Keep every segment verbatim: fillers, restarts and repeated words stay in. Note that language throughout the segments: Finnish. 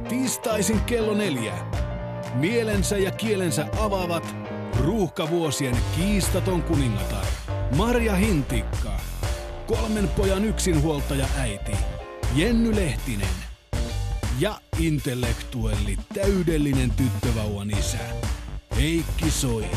Tiistaisin kello neljä. Mielensä ja kielensä avaavat ruuhkavuosien kiistaton kuningatar Marja Hintikka. Kolmen pojan yksinhuoltaja äiti Jenny Lehtinen. Ja intellektuelli täydellinen tyttövauvan isä Heikki Soini.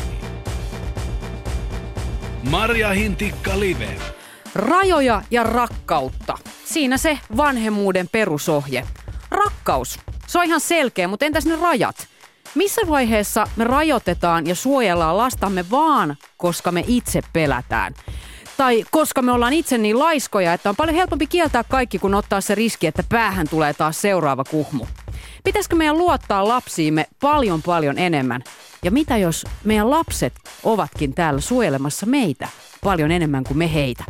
Marja Hintikka Live. Rajoja ja rakkautta. Siinä se vanhemmuuden perusohje. Rakkaus. Se on ihan selkeä, mutta entäs ne rajat? Missä vaiheessa me rajoitetaan ja suojellaan lastamme vaan, koska me itse pelätään? Tai koska me ollaan itse niin laiskoja, että on paljon helpompi kieltää kaikki, kun ottaa se riski, että päähän tulee taas seuraava kuhmu. Pitäisikö meidän luottaa lapsiimme paljon paljon enemmän? Ja mitä jos meidän lapset ovatkin täällä suojelemassa meitä paljon enemmän kuin me heitä?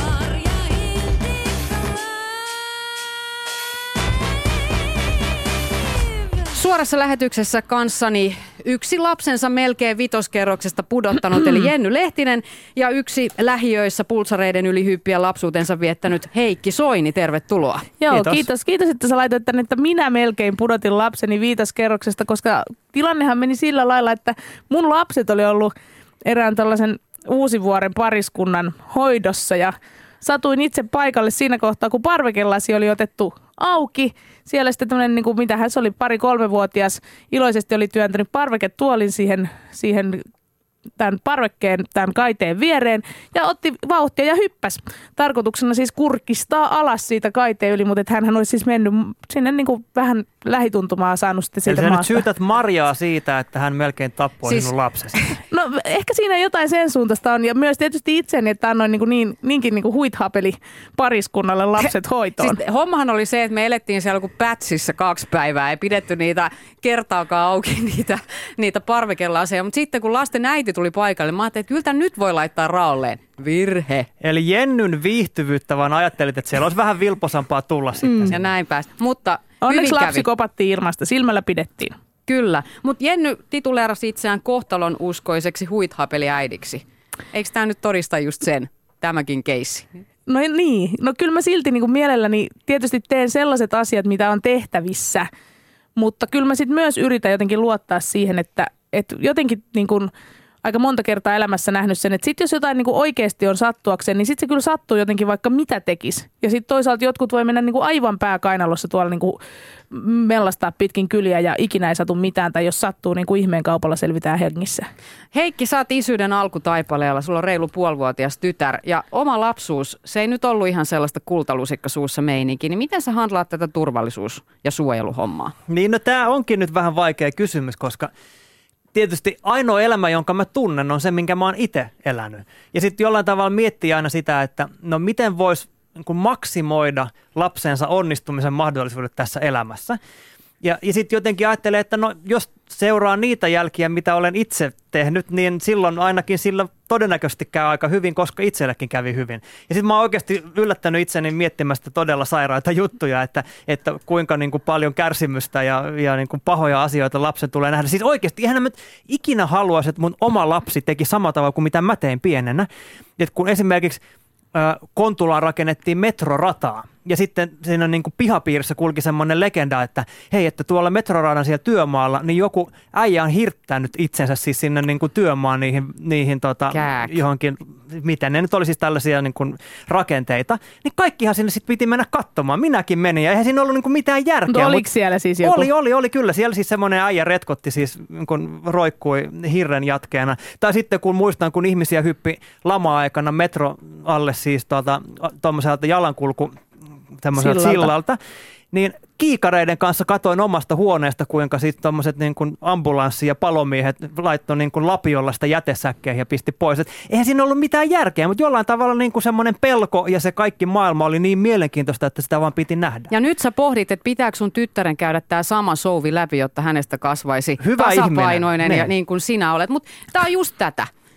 Suorassa lähetyksessä kanssani yksi lapsensa melkein vitoskerroksesta pudottanut, eli Jenny Lehtinen, ja yksi lähiöissä pulsareiden yli hyppiä lapsuutensa viettänyt Heikki Soini. Tervetuloa. Joo, kiitos. kiitos. Kiitos, että sä laitoit tänne, että minä melkein pudotin lapseni vitoskerroksesta, koska tilannehan meni sillä lailla, että mun lapset oli ollut erään tällaisen uusivuoren pariskunnan hoidossa, ja satuin itse paikalle siinä kohtaa, kun parvekelasi oli otettu auki. Siellä sitten tämmöinen, niin kuin, mitähän se oli, pari-kolmevuotias, iloisesti oli työntänyt parveketuolin siihen, siihen tämän parvekkeen, tämän kaiteen viereen ja otti vauhtia ja hyppäsi. Tarkoituksena siis kurkistaa alas siitä kaiteen yli, mutta hänhän olisi siis mennyt sinne niin kuin vähän lähituntumaa saanut sitten siitä eli maasta. Eli sä nyt syytät Marjaa siitä, että hän melkein tappoi siis sinun lapsesi. No ehkä siinä jotain sen suuntaista on, ja myös tietysti itseni, että annoin niin, niin, niinkin niin kuin huithapeli pariskunnalle lapset hoitoon. Siis hommahan oli se, että me elettiin siellä kuin pätsissä kaksi päivää, ei pidetty niitä kertaakaan auki niitä, niitä parvekelaseja, mutta sitten kun lasten äiti tuli paikalle, mä ajattelin, että kyllä tämän nyt voi laittaa raolleen. Virhe. Eli Jennyn viihtyvyyttä vaan ajattelit, että siellä olisi vähän vilposampaa tulla mm. sitten. Ja näin päästä. Mutta onneksi lapsi kopattiin ilmasta, silmällä pidettiin. Kyllä, mutta Jenny tituleerasi itseään kohtalon uskoiseksi huithapeliäidiksi. Eikö tämä nyt todista just sen, tämäkin keissi? No niin, no kyllä mä silti niin kuin mielelläni tietysti teen sellaiset asiat, mitä on tehtävissä, mutta kyllä mä sitten myös yritän jotenkin luottaa siihen, että, että jotenkin niin kuin aika monta kertaa elämässä nähnyt sen, että sitten jos jotain niin kuin oikeasti on sattuakseen, niin sitten se kyllä sattuu jotenkin vaikka mitä tekisi. Ja sitten toisaalta jotkut voi mennä niin kuin aivan pääkainalossa tuolla niin kuin mellastaa pitkin kyliä ja ikinä ei satu mitään, tai jos sattuu, niin kuin ihmeen kaupalla selvitään hengissä. Heikki, sä oot isyyden alkutaipaleella, sulla on reilu puolivuotias tytär ja oma lapsuus, se ei nyt ollut ihan sellaista kultalusikka suussa meininki, niin miten sä handlaat tätä turvallisuus- ja suojeluhommaa? Niin no tää onkin nyt vähän vaikea kysymys, koska tietysti ainoa elämä, jonka mä tunnen, on se, minkä mä oon itse elänyt. Ja sitten jollain tavalla miettii aina sitä, että no miten voisi niin maksimoida lapsensa onnistumisen mahdollisuudet tässä elämässä. Ja, ja sitten jotenkin ajattelee, että no jos seuraa niitä jälkiä, mitä olen itse tehnyt, niin silloin ainakin sillä todennäköisesti käy aika hyvin, koska itsellekin kävi hyvin. Ja sitten mä oon oikeasti yllättänyt itseni miettimästä todella sairaita juttuja, että, että kuinka niin kuin paljon kärsimystä ja, ja niin kuin pahoja asioita lapsen tulee nähdä. Siis oikeasti ihan mä ikinä haluaisin, että mun oma lapsi teki samalla tavalla kuin mitä mä tein pienenä. Että kun esimerkiksi Kontulaan rakennettiin metrorataa ja sitten siinä niin kuin pihapiirissä kulki semmoinen legenda, että hei, että tuolla metroradan siellä työmaalla, niin joku äijä on hirttänyt itsensä siis sinne niin kuin työmaan niihin, niihin tota, johonkin, miten ne nyt oli siis tällaisia niin kuin rakenteita, niin kaikkihan sinne sitten piti mennä katsomaan. Minäkin menin ja eihän siinä ollut niin kuin mitään järkeä. No oliko siellä siis joku? Oli, oli, oli kyllä. Siellä siis semmoinen äijä retkotti siis, kun roikkui hirren jatkeena. Tai sitten kun muistan, kun ihmisiä hyppi lama-aikana metro alle siis tuommoiselta tuota, jalankulku tämmöiseltä sillalta. sillalta, niin kiikareiden kanssa katoin omasta huoneesta, kuinka sitten tuommoiset niin kuin ambulanssi- ja palomiehet laittoi niin kuin lapiolla sitä jätesäkkeihin ja pisti pois. Et eihän siinä ollut mitään järkeä, mutta jollain tavalla niin kuin semmoinen pelko ja se kaikki maailma oli niin mielenkiintoista, että sitä vaan piti nähdä. Ja nyt sä pohdit, että pitääkö sun tyttären käydä tämä sama souvi läpi, jotta hänestä kasvaisi hyvä tasapainoinen ihminen. ja niin kuin sinä olet. Mutta tämä on just tätä.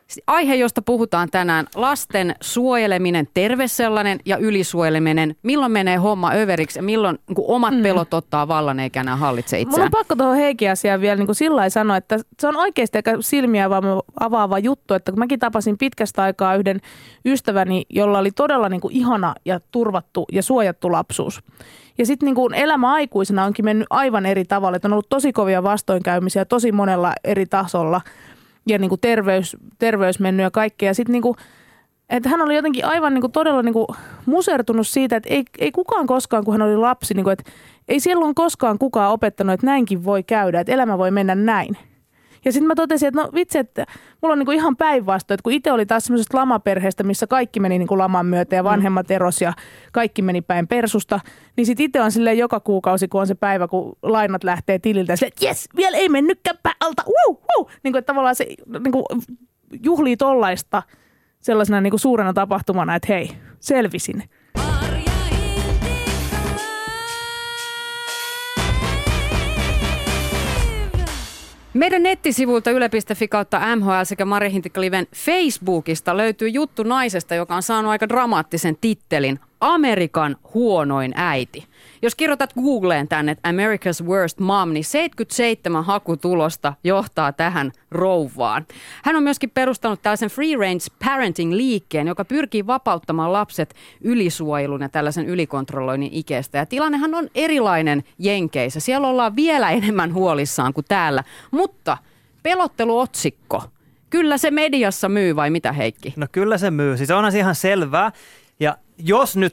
Aihe, josta puhutaan tänään, lasten suojeleminen, terve sellainen ja ylisuojeleminen. Milloin menee homma överiksi ja milloin niin omat mm. pelot ottaa vallan eikä enää hallitse itseään? Mulla on pakko tuohon Heikin asiaan vielä niin kuin sillä lailla sanoa, että se on oikeasti aika silmiä avaava juttu, että kun mäkin tapasin pitkästä aikaa yhden ystäväni, jolla oli todella niin kuin ihana ja turvattu ja suojattu lapsuus. Ja sitten niin kuin elämä aikuisena onkin mennyt aivan eri tavalla, että on ollut tosi kovia vastoinkäymisiä tosi monella eri tasolla. Ja niin kuin terveys, terveys mennyt ja kaikkea. Ja sitten niin kuin, että hän oli jotenkin aivan niin kuin todella niin kuin musertunut siitä, että ei, ei kukaan koskaan, kun hän oli lapsi, niin kuin, että ei silloin koskaan kukaan opettanut, että näinkin voi käydä, että elämä voi mennä näin. Ja sitten mä totesin, että no vitsi, että mulla on niin kuin ihan päinvastoin, että kun itse oli taas semmoisesta lamaperheestä, missä kaikki meni niin kuin laman myötä ja vanhemmat eros ja kaikki meni päin persusta, niin sitten itse on silleen joka kuukausi, kun on se päivä, kun lainat lähtee tililtä, silleen, että jes, vielä ei mennytkään päältä, wuu, wuu. Niin kuin, että tavallaan se niin kuin juhlii tollaista sellaisena niin kuin suurena tapahtumana, että hei, selvisin. Meidän nettisivuilta yle piste fi kautta M H L sekä Marja Hintikka-liven Facebookista löytyy juttu naisesta, joka on saanut aika dramaattisen tittelin Amerikan huonoin äiti. Jos kirjoitat Googleen tänne America's Worst Mom, niin seitsemänkymmentäseitsemän hakutulosta johtaa tähän rouvaan. Hän on myöskin perustanut tällaisen Free Range Parenting-liikkeen, joka pyrkii vapauttamaan lapset ylisuojelun ja tällaisen ylikontrolloinnin ikeestä. Ja tilannehan on erilainen Jenkeissä. Siellä ollaan vielä enemmän huolissaan kuin täällä. Mutta pelotteluotsikko, kyllä se mediassa myy vai mitä, Heikki? No kyllä se myy. Siis onhan se ihan selvää. Ja jos nyt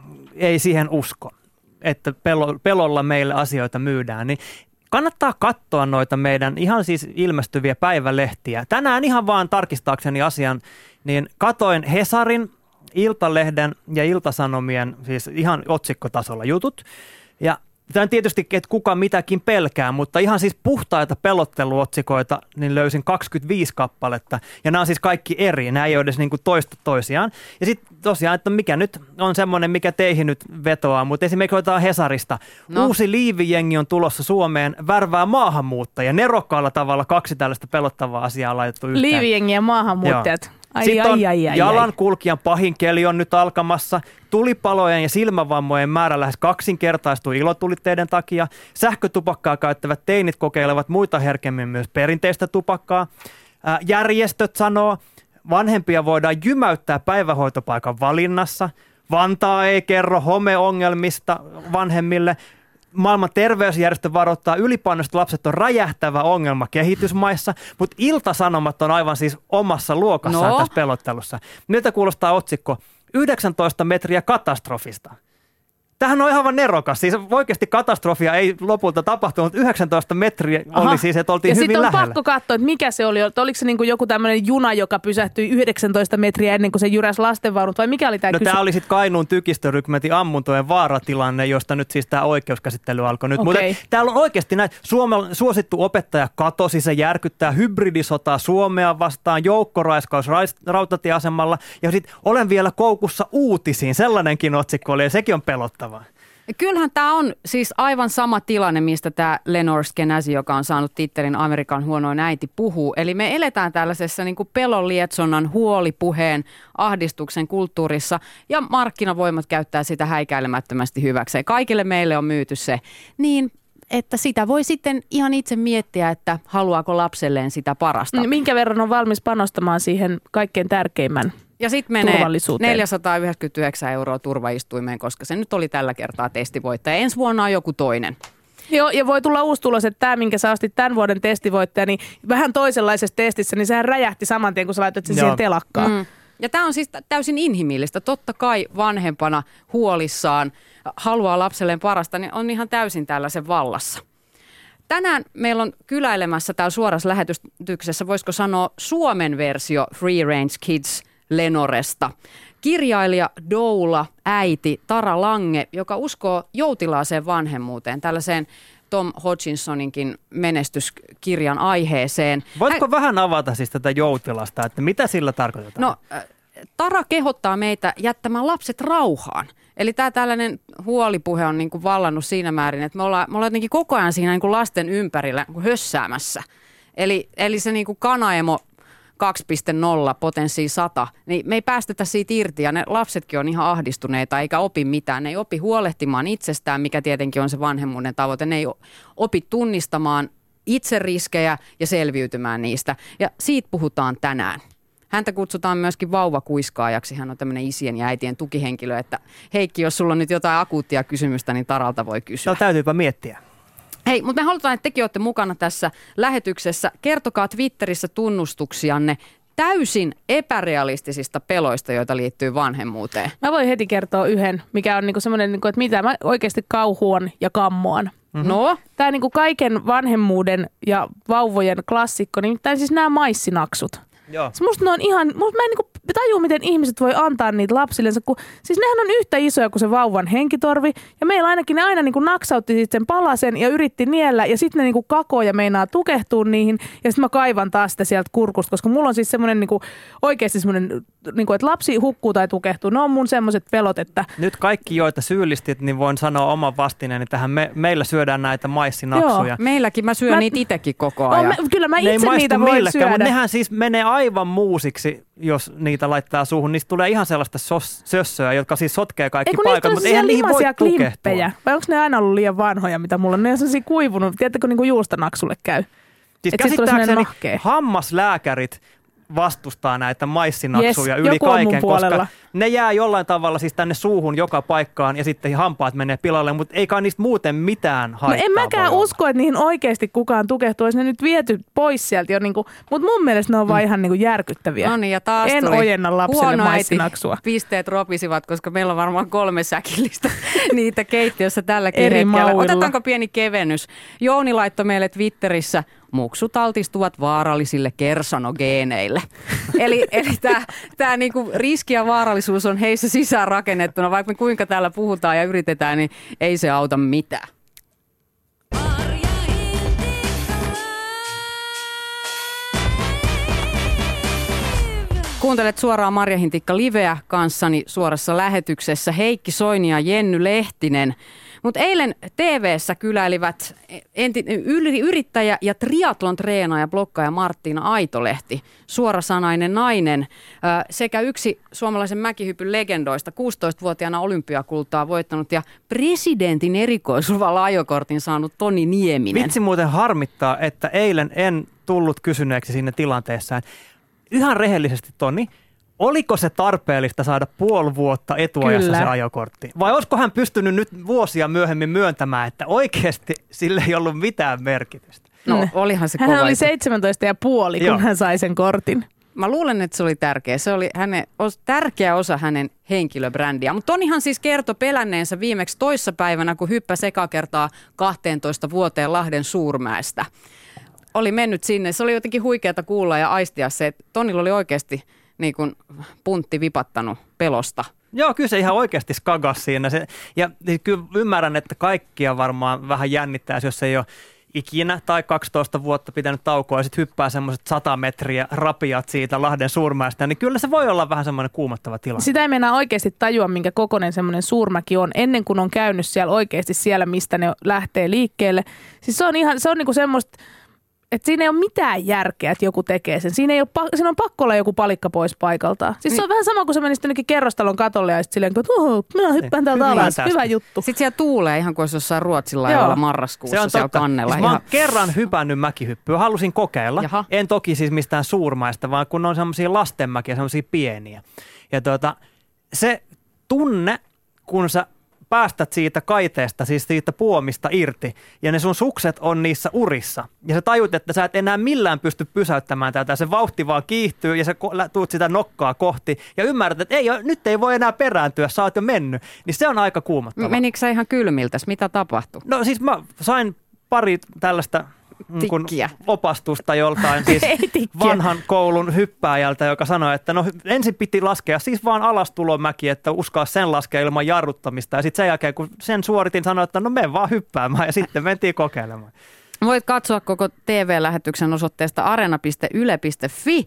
ei siihen usko, että pelolla meille asioita myydään, niin kannattaa katsoa noita meidän ihan siis ilmestyviä päivälehtiä. Tänään ihan vaan tarkistaakseni asian, niin katoin Hesarin, Iltalehden ja Iltasanomien siis ihan otsikkotasolla jutut. Ja tämä on tietysti, että kuka mitäkin pelkää, mutta ihan siis puhtaita pelotteluotsikoita niin löysin kaksikymmentäviisi kappaletta. Ja nämä on siis kaikki eri, nämä ei ole edes niin kuin toista toisiaan. Ja sitten tosiaan, että mikä nyt on semmoinen, mikä teihin nyt vetoaa, mutta esimerkiksi otetaan Hesarista. No. Uusi liivijengi on tulossa Suomeen, värvää maahanmuuttajia. Nerokkaalla tavalla kaksi tällaista pelottavaa asiaa on laitettu yhteen. Liivijengi ja maahanmuuttajat. Ai, Sitten ai, on ai, ai, jalankulkijan pahin keli on nyt alkamassa. Tulipalojen ja silmävammojen määrä lähes kaksinkertaistuu ilotulitteiden takia. Sähkötupakkaa käyttävät teinit kokeilevat muita herkemmin myös perinteistä tupakkaa. Ää, järjestöt sanoo, vanhempia voidaan jymäyttää päivähoitopaikan valinnassa. Vantaa ei kerro homeongelmista vanhemmille. Maailman terveysjärjestö varoittaa, ylipainoiset lapset on räjähtävä ongelma kehitysmaissa, mutta Ilta-Sanomat on aivan siis omassa luokassaan no. tässä pelottelussa. Miltä kuulostaa otsikko? yhdeksäntoista metriä katastrofista. Tämähän on ihan nerokas. Siis oikeasti katastrofia ei lopulta tapahtunut. yhdeksäntoista metriä Aha. oli siis, että oltiin ja hyvin lähellä. Ja sitten on pakko katsoa, että mikä se oli. Oliko se niin kuin joku tämmöinen juna, joka pysähtyi yhdeksäntoista metriä ennen kuin se jyräsi lastenvaunut, vai mikä oli tämä no, kysymys? Tämä oli sitten Kainuun tykistörykmentin ammuntojen vaaratilanne, josta nyt siis tämä oikeuskäsittely alkoi nyt. Okay. Mutta täällä on oikeasti näin. Suomen suosittu opettaja katosi, se järkyttää hybridisotaa Suomea vastaan, joukkoraiskaus rautatieasemalla. Ja sitten olen vielä koukussa uutisiin. Sellainenkin otsikko oli ja sekin on pelottava. Kyllähän tämä on siis aivan sama tilanne, mistä tämä Lenore Skenazy, joka on saanut tittelin Amerikan huonoin äiti, puhuu. Eli me eletään tällaisessa niin kuin pelon lietsonnan, huolipuheen, ahdistuksen kulttuurissa ja markkinavoimat käyttää sitä häikäilemättömästi hyväkseen. Kaikille meille on myyty se niin, että sitä voi sitten ihan itse miettiä, että haluaako lapselleen sitä parasta. Minkä verran on valmis panostamaan siihen kaikkein tärkeimmän? Ja sitten menee neljäsataayhdeksänkymmentäyhdeksän euroa turvaistuimeen, koska se nyt oli tällä kertaa testivoittaja. Ensi vuonna on joku toinen. Joo, ja voi tulla uusi tulos, että tämä, minkä sä ostit tämän vuoden testivoittaja, niin vähän toisenlaisessa testissä, niin sehän räjähti saman tien, kun sä laitat sen siihen telakkaan. Mm. Ja tämä on siis täysin inhimillistä. Totta kai vanhempana huolissaan haluaa lapselleen parasta, niin on ihan täysin tällaisen vallassa. Tänään meillä on kyläilemässä täällä suorassa lähetyksessä, voisiko sanoa Suomen versio Free Range Kids Lenoresta. Kirjailija, doula, äiti Tara Lange, joka uskoo joutilaaseen vanhemmuuteen, tällaiseen Tom Hodgsoninkin menestyskirjan aiheeseen. Voitko Hän... vähän avata siis tätä joutilasta, että mitä sillä tarkoitetaan? No, Tara kehottaa meitä jättämään lapset rauhaan. Eli tämä tällainen huolipuhe on niin kuin vallannut siinä määrin, että me ollaan, me ollaan jotenkin koko ajan siinä niin kuin lasten ympärillä niin kuin hössäämässä. Eli, eli se niin kuin kanaemo kaksi pilkku nolla, potenssi sata, niin me ei päästetä siitä irti ja ne lapsetkin on ihan ahdistuneita eikä opi mitään. Ne ei opi huolehtimaan itsestään, mikä tietenkin on se vanhemmuuden tavoite. Ne ei opi tunnistamaan itseriskejä ja selviytymään niistä. Ja siitä puhutaan tänään. Häntä kutsutaan myöskin vauvakuiskaajaksi. Hän on tämmöinen isien ja äitien tukihenkilö, että Heikki, jos sulla on nyt jotain akuuttia kysymystä, niin Taralta voi kysyä. No täytyypä miettiä. Hei, mutta me halutaan, että tekin olette mukana tässä lähetyksessä. Kertokaa Twitterissä tunnustuksianne täysin epärealistisista peloista, joita liittyy vanhemmuuteen. Mä voin heti kertoa yhden, mikä on niinku semmoinen, niinku, että mitä mä oikeasti kauhuan ja kammoan. Mm-hmm. No? Tämä niinku kaiken vanhemmuuden ja vauvojen klassikko, nimittäin siis nämä maissinaksut. Joo. Siis musta ne on ihan, musta mä en niinku tajua, miten ihmiset voi antaa niitä lapsillensa, kun siis nehän on yhtä isoja kuin se vauvan henkitorvi. Ja meillä ainakin ne aina niinku naksautti sit sen palasen ja yritti niellä ja sitten ne niinku kakoo ja meinaa tukehtua niihin. Ja sitten mä kaivan taas sitä sieltä kurkusta, koska mulla on siis semmoinen niinku, oikeasti semmoinen, niinku, että lapsi hukkuu tai tukehtuu. Ne on mun semmoiset pelot, että... Nyt kaikki, joita syyllistit, niin voin sanoa oman vastineeni tähän. Me, meillä syödään näitä maissinaksuja. Joo, meilläkin. Mä syön mä, niitä itsekin koko ajan. Mä, kyllä mä itse niitä voin syödä. Mutta nehän siis menee aivan muusiksi, jos niitä laittaa suuhun. Niistä tulee ihan sellaista sos, sössöä, jotka siis sotkee kaikki paikat, mutta eihän niihin voi tukehtua. Vai onko ne aina ollut liian vanhoja, mitä mulla on? Ne on sellaisia kuivunut. Tiedättekö, niin kuin juustanaksulle käy? Siis käsittääkseni hammaslääkärit vastustaa näitä maissinaksuja yes, yli kaiken, koska puolella. Ne jää jollain tavalla siis tänne suuhun joka paikkaan ja sitten hampaat menee pilalle, mutta eikä niistä muuten mitään haittaa. No en mäkään usko, että niihin oikeasti kukaan tukehtuu, olisi ne nyt viety pois sieltä jo, niin kuin, mutta mun mielestä ne on vaan mm. ihan niin kuin järkyttäviä. No niin, ja taas en ojenna lapselle maissinaksua. Pisteet ropisivat, koska meillä on varmaan kolme säkillistä niitä keittiössä tälläkin eri hetkellä. mauilla. Otetaanko pieni kevennys? Jouni laittoi meille Twitterissä: muksut altistuvat vaarallisille kersonogeeneille. eli eli tämä niinku riski ja vaarallisuus on heissä sisään rakennettuna, vaikka me kuinka täällä puhutaan ja yritetään, niin ei se auta mitään. Kuuntelet suoraan Marja Hintikka Liveä kanssani suorassa lähetyksessä. Heikki Soini ja Jenny Lehtinen. Mutta eilen T V:ssä kyläilivät enti, yrittäjä ja triatlon treenaaja blokkaaja Marttiina Aitolehti, suorasanainen nainen, sekä yksi suomalaisen mäkihypyn legendoista, kuusitoistavuotiaana olympiakultaa voittanut ja presidentin erikoisluvalla ajokortin saanut Toni Nieminen. Vitsi muuten harmittaa, että eilen en tullut kysyneeksi sinne tilanteessaan. Ihan rehellisesti, Toni, oliko se tarpeellista saada puoli vuotta etuajassa Kyllä. se ajokortti? Vai olisiko hän pystynyt nyt vuosia myöhemmin myöntämään, että oikeasti sille ei ollut mitään merkitystä? No, olihan se hän kova. oli seitsemäntoista ja puoli, kun Joo. hän sai sen kortin. Mä luulen, että se oli tärkeä. Se oli hänen, tärkeä osa hänen henkilöbrändiä. Mutta Tonihan siis kertoi pelänneensä viimeksi toissapäivänä, kun hyppäsi eka kertaa kahteentoista vuoteen Lahden Suurmäestä. Oli mennyt sinne. Se oli jotenkin huikeata kuulla ja aistia se, että Tonilla oli oikeasti niin kuin puntti vipattanut pelosta. Joo, kyllä se ihan oikeasti skagas siinä. Se, ja kyllä ymmärrän, että kaikkia varmaan vähän jännittää, jos ei ole ikinä tai kaksitoista vuotta pitänyt taukoa ja sitten hyppää semmoiset sata metriä rapiat siitä Lahden Suurmäestä, niin kyllä se voi olla vähän semmoinen kuumottava tilanne. Sitä ei meinaa oikeasti tajua, minkä kokoinen semmoinen suurmäki on, ennen kuin on käynyt siellä oikeasti siellä, mistä ne lähtee liikkeelle. Siis se on ihan, se on niinku semmoista, että siinä ei ole mitään järkeä, että joku tekee sen. Siinä, ei ole, siinä on pakko olla joku palikka pois paikaltaan. Siis niin. Se on vähän sama kuin se menisi jonnekin kerrostalon katolle ja sitten silleen, että oho, minä hyppään täältä alas. Hyvä juttu. Sitten siellä tuulee ihan kuin olisi jossain Ruotsilla ja marraskuussa se on siellä totta. Kannella. Siis mä oon kerran hypännyt mäkihyppyä, halusin kokeilla. Jaha. En toki siis mistään suurmaista, vaan kun on semmoisia lastenmäkiä, semmoisia pieniä. Ja tuota, se tunne, kun sä päästät siitä kaiteesta, siis siitä puomista irti, ja ne sun sukset on niissä urissa. Ja sä tajut, että sä et enää millään pysty pysäyttämään tätä. Se vauhti vaan kiihtyy, ja sä tuut sitä nokkaa kohti, ja ymmärrät, että ei, nyt ei voi enää perääntyä, sä oot jo mennyt. Niin se on aika kuumottavaa. Menikö sä ihan kylmiltäs? Mitä tapahtui? No siis mä sain pari tällaista kun opastusta joltain siis vanhan koulun hyppääjältä, joka sanoi, että no ensin piti laskea siis vaan alastulomäki, että uskaa sen laskea ilman jarruttamista. Ja sitten sen jälkeen, kun sen suoritin, sanoi, että no mene vaan hyppäämään ja sitten mentiin kokeilemaan. Voit katsoa koko T V-lähetyksen osoitteesta arena piste yle piste fi.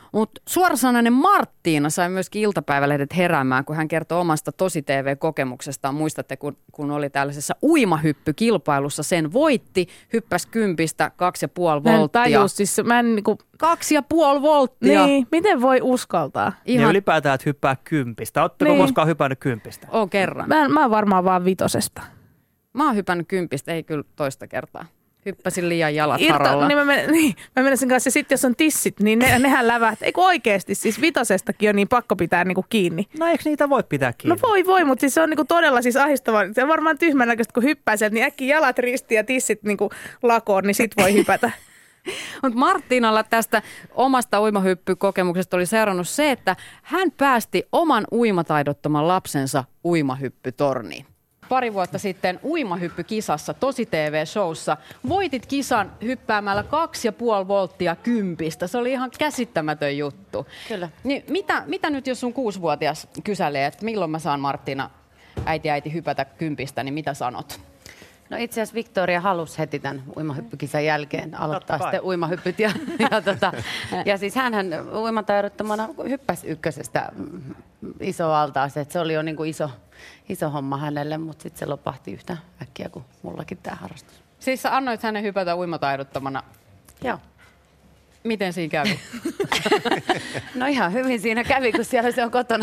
Mutta suorasanainen Marttiina sai myöskin iltapäivälehdet heräämään, kun hän kertoi omasta Tosi-T V-kokemuksestaan. Muistatte, kun, kun oli tällaisessa uimahyppykilpailussa, sen voitti, hyppäsi kympistä kaksi ja puoli volttia. Mä en tajus, siis mä en niinku... Kaksi ja puoli volttia. Niin, miten voi uskaltaa? Ihan... Ja ylipäätään, että hyppää kympistä. Oletteko niin. koskaan hypännyt kympistä? Oon kerran. Mä, mä oon varmaan vaan vitosesta. Mä oon hypännyt kympistä, ei kyllä toista kertaa. Hyppäsin liian jalat Irta, haralla. Niin mä, men, niin, mä menisin kanssa, ja sitten jos on tissit, niin ne, nehän lävät. Eikö oikeasti, siis vitosestakin on niin pakko pitää niinku kiinni. No eikö niitä voi pitää kiinni? No voi voi, mutta siis se on niinku todella siis ahdistavaa. Se on varmaan tyhmän näköistä, kun hyppää sieltä, niin äkkiä jalat ristiin ja tissit niinku lakoon, niin sit voi hypätä. Mutta Marttiinalla tästä omasta uimahyppykokemuksesta oli seurannut se, että hän päästi oman uimataidottoman lapsensa uimahyppytorniin. Pari vuotta sitten uimahyppykisassa Tosi-T V-showssa voitit kisan hyppäämällä kaksi ja puoli volttia kympistä. Se oli ihan käsittämätön juttu. Kyllä. Niin mitä, mitä nyt, jos sun kuusivuotias kyselee, että milloin mä saan Marttiina äiti äiti hypätä kympistä, niin mitä sanot? No itse asiassa Victoria halusi heti tämän uimahyppykisan jälkeen aloittaa sitten uimahyppyt. Ja, ja, tota, ja siis hänhän uimataidottomana hyppäsi ykkösestä isoa altaaseen. Se oli jo niin kuin iso, iso homma hänelle, mutta sitten se lopahti yhtä äkkiä kuin mullakin tämä harrastus. Siis sä annoit hänen hypätä uimataidottomana? Joo. Miten siinä kävi? No ihan hyvin siinä kävi, kun siellä se on kotona.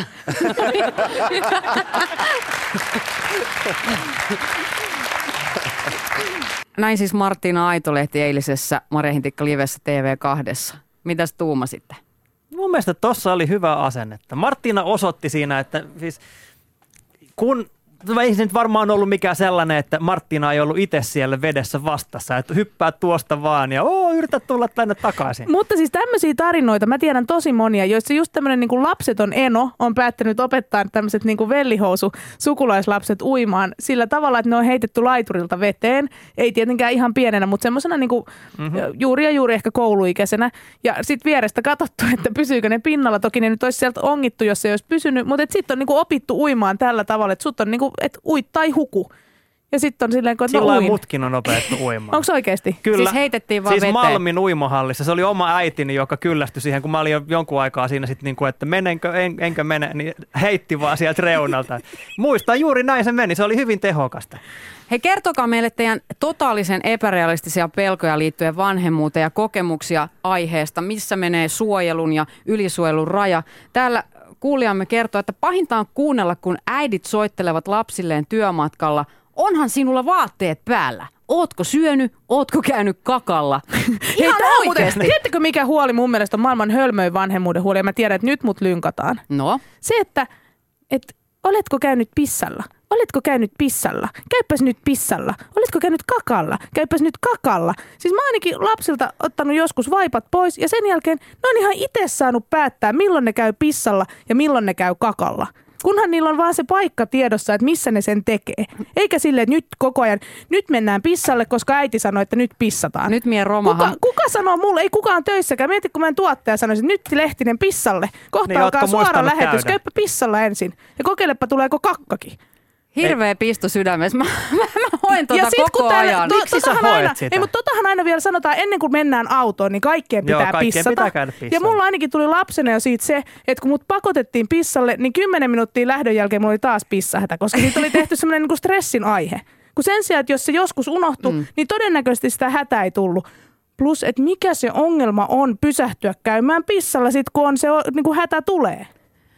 Näin siis Marttiina Aitolehti eilisessä Marja Hintikka Livessä T V kaksi. Mitäs tuumasitte? Mun mielestä tossa oli hyvä asennetta. Marttiina osoitti siinä, että siis kun ei se nyt varmaan ollut mikään sellainen, että Marttiina ei ollut itse siellä vedessä vastassa, että hyppää tuosta vaan ja oo, yritä tulla tänne takaisin. Mutta siis tämmöisiä tarinoita, mä tiedän tosi monia, joissa just tämmöinen niin kuin lapseton eno on päättänyt opettaa tämmöiset niin kuin vellihousu sukulaislapset uimaan sillä tavalla, että ne on heitetty laiturilta veteen. Ei tietenkään ihan pienenä, mutta semmoisena niin kuin mm-hmm. juuri ja juuri ehkä kouluikäisenä. Ja sitten vierestä katsottu, että pysyykö ne pinnalla. Toki ne nyt olisi sieltä ongittu, jos ei olisi pysynyt, mutta sitten on niin kuin opittu uimaan tällä tavalla, että sut on niin kuin, että uit tai huku. Ja sitten on silleen, kun Silloin uin. mutkin on opettu uimaan. Onko oikeasti? Kyllä. Siis heitettiin vaan siis veteen. Malmin uimahallissa. Se oli oma äitini, joka kyllästyi siihen, kun mä olin jo jonkun aikaa siinä sitten niin kuin, että menenkö, en, enkö mene, niin heitti vaan sieltä reunalta. Muistan juuri näin se meni. Se oli hyvin tehokasta. Hei, kertokaa meille teidän totaalisen epärealistisia pelkoja liittyen vanhemmuuteen ja kokemuksia aiheesta, missä menee suojelun ja ylisuojelun raja. Täällä kuulijamme kertoo, että pahinta on kuunnella, kun äidit soittelevat lapsilleen työmatkalla. Onhan sinulla vaatteet päällä. Ootko syönyt? Ootko käynyt kakalla? Ihan Hei, oikeasti. Tiedättekö mikä huoli mun mielestä on maailman hölmöin vanhemmuuden huoli? Ja mä tiedän, että nyt mut lynkataan. No? Se, että et, oletko käynyt pissalla? Oletko käynyt pissalla? Käypäs nyt pissalla. Oletko käynyt kakalla? Käypäs nyt kakalla. Siis mä ainakin lapsilta ottanut joskus vaipat pois ja sen jälkeen ne on ihan itse saanut päättää, milloin ne käy pissalla ja milloin ne käy kakalla. Kunhan niillä on vaan se paikka tiedossa, että missä ne sen tekee. Eikä silleen, että nyt koko ajan, nyt mennään pissalle, koska äiti sanoi, että nyt pissataan. Nyt mie romahan. Kuka, kuka sanoo mulle? Ei kukaan töissäkään. Mieti, kun meidän tuottaja sanoi, että nyt Lehtinen pissalle. Kohta niin, alkaa suora lähetys. Käydä? Käyppä pissalla ensin. Ja kokeilepa, tuleeko kakkakin. Hirveä pisto sydämessä. Mä, mä, mä hoin tuota sit, koko täällä, ajan. To, Miksi sä hoet aina, sitä? Ei, mutta totahan aina vielä sanotaan, ennen kuin mennään autoon, niin kaikkien pitää Joo, kaikkien pissata. pitää käydä pissalla. Ja mulla ainakin tuli lapsena jo siitä se, että kun mut pakotettiin pissalle, niin kymmenen minuuttia lähdön jälkeen mulla oli taas pissahätä, koska siitä oli tehty semmoinen niin kuin stressin aihe. Kun sen sijaan, että jos se joskus unohtui, mm. niin todennäköisesti sitä hätää ei tullut. Plus, että mikä se ongelma on pysähtyä käymään pissalla sit, kun on se niin kuin hätä tulee.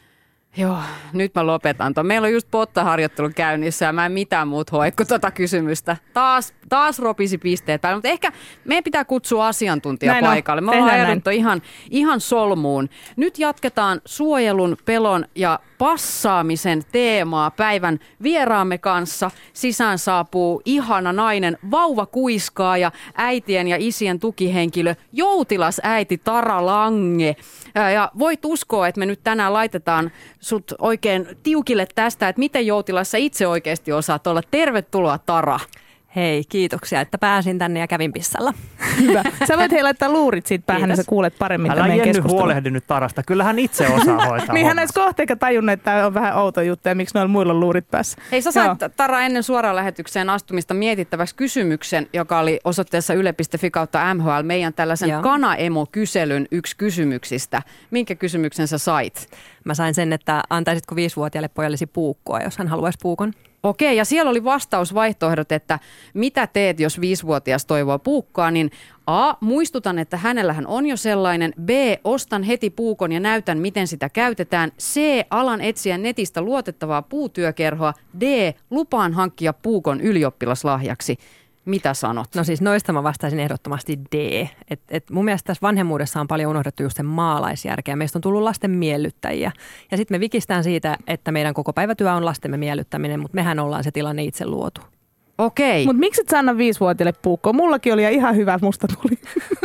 Joo, nyt mä lopetan ton. Meillä on just pottaharjoittelu käynnissä ja mä en mitään muut hoe kuin tota kysymystä. Taas, taas ropisi pisteet päälle, mutta ehkä meidän pitää kutsua asiantuntija näin paikalle. Me on. ollaan ajauduttu ihan, ihan solmuun. Nyt jatketaan suojelun, pelon ja passaamisen teemaa päivän vieraamme kanssa. Sisään saapuu ihana nainen, vauva kuiskaa ja äitien ja isien tukihenkilö, joutilas äiti Tara Lange. Ja voit uskoa, että me nyt tänään laitetaan sut oikein tiukille tästä, että miten joutilassa itse oikeasti osaat olla. Tervetuloa, Tara. Hei, kiitoksia, että pääsin tänne ja kävin pissalla. Hyvä. Sä voit hei laittaa luurit siitä päähän, niin sä kuulet paremmin Älä meidän Jenny keskustelua. huolehdi nyt Tarasta. Kyllä hän itse osaa hoitaa. Niin hän näissä kohta eikä tajunnut, että tämä on vähän outo juttu ja miksi noilla muilla on luurit päässä. Hei, sä sait, Tara, ennen suoraan lähetykseen astumista mietittäväksi kysymyksen, joka oli osoitteessa yle piste fi kautta M H L, meidän tällaisen Joo. Kana-emo-kyselyn yksi kysymyksistä. Minkä kysymyksen sä sait? Mä sain sen, että antaisitko viisivuotiaalle pojallesi puukkoa, jos hän haluaisi puukon. Okei, ja siellä oli vastausvaihtoehdot, että mitä teet, jos viisivuotias toivoo puukkoa, niin A, muistutan, että hänellähän on jo sellainen, B, ostan heti puukon ja näytän, miten sitä käytetään, C, alan etsiä netistä luotettavaa puutyökerhoa, D, lupaan hankkia puukon ylioppilaslahjaksi. Mitä sanot? No siis noista mä vastaisin ehdottomasti D. Et, et mun mielestä tässä vanhemmuudessa on paljon unohdettu just sen maalaisjärkeä. Meistä on tullut lasten miellyttäjiä. Ja sitten me vikistään siitä, että meidän koko päivätyö on lastemme miellyttäminen, mutta mehän ollaan se tilanne itse luotu. Okei. Mutta miksi et sä anna viisivuotiaille puukkoa? Mullakin oli ja ihan hyvä, musta tuli.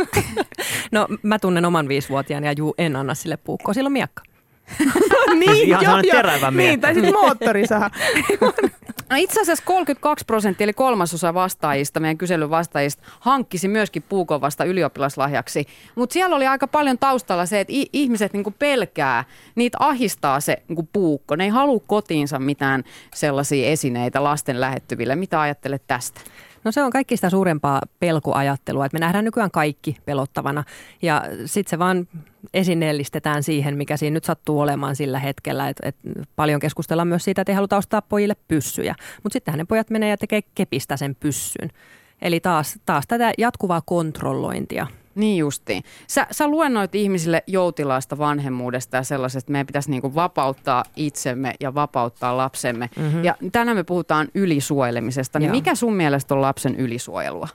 No mä tunnen oman viisivuotiaan ja juu, en anna sille puukkoa. Sillä on miekka. niin, Ihan sellainen terävä miekka. Niin, tai sitten moottorisaha. No itse asiassa kolmekymmentäkaksi prosenttia eli kolmasosa vastaajista, meidän kyselyn vastaajista, hankkisi myöskin puukon vasta ylioppilaslahjaksi. Mutta siellä oli aika paljon taustalla se, että ihmiset niinku pelkää, niitä ahistaa se niinku puukko. Ne ei halua kotiinsa mitään sellaisia esineitä lasten lähettyville. Mitä ajattelet tästä? No se on kaikki sitä suurempaa pelkoajattelua, että me nähdään nykyään kaikki pelottavana ja sitten se vaan esineellistetään siihen, mikä siinä nyt sattuu olemaan sillä hetkellä. Et, et paljon keskustellaan myös siitä, että ei haluta ostaa pojille pyssyjä, mutta sittenhän ne pojat menee ja tekee kepistä sen pyssyn. Eli taas, taas tätä jatkuvaa kontrollointia. Niin justiin. Sä, sä luennoit ihmisille joutilaasta vanhemmuudesta ja sellaisesta, että meidän pitäisi niinku vapauttaa itsemme ja vapauttaa lapsemme. Mm-hmm. Ja tänään me puhutaan ylisuojelemisesta. Niin mikä sun mielestä on lapsen ylisuojelua?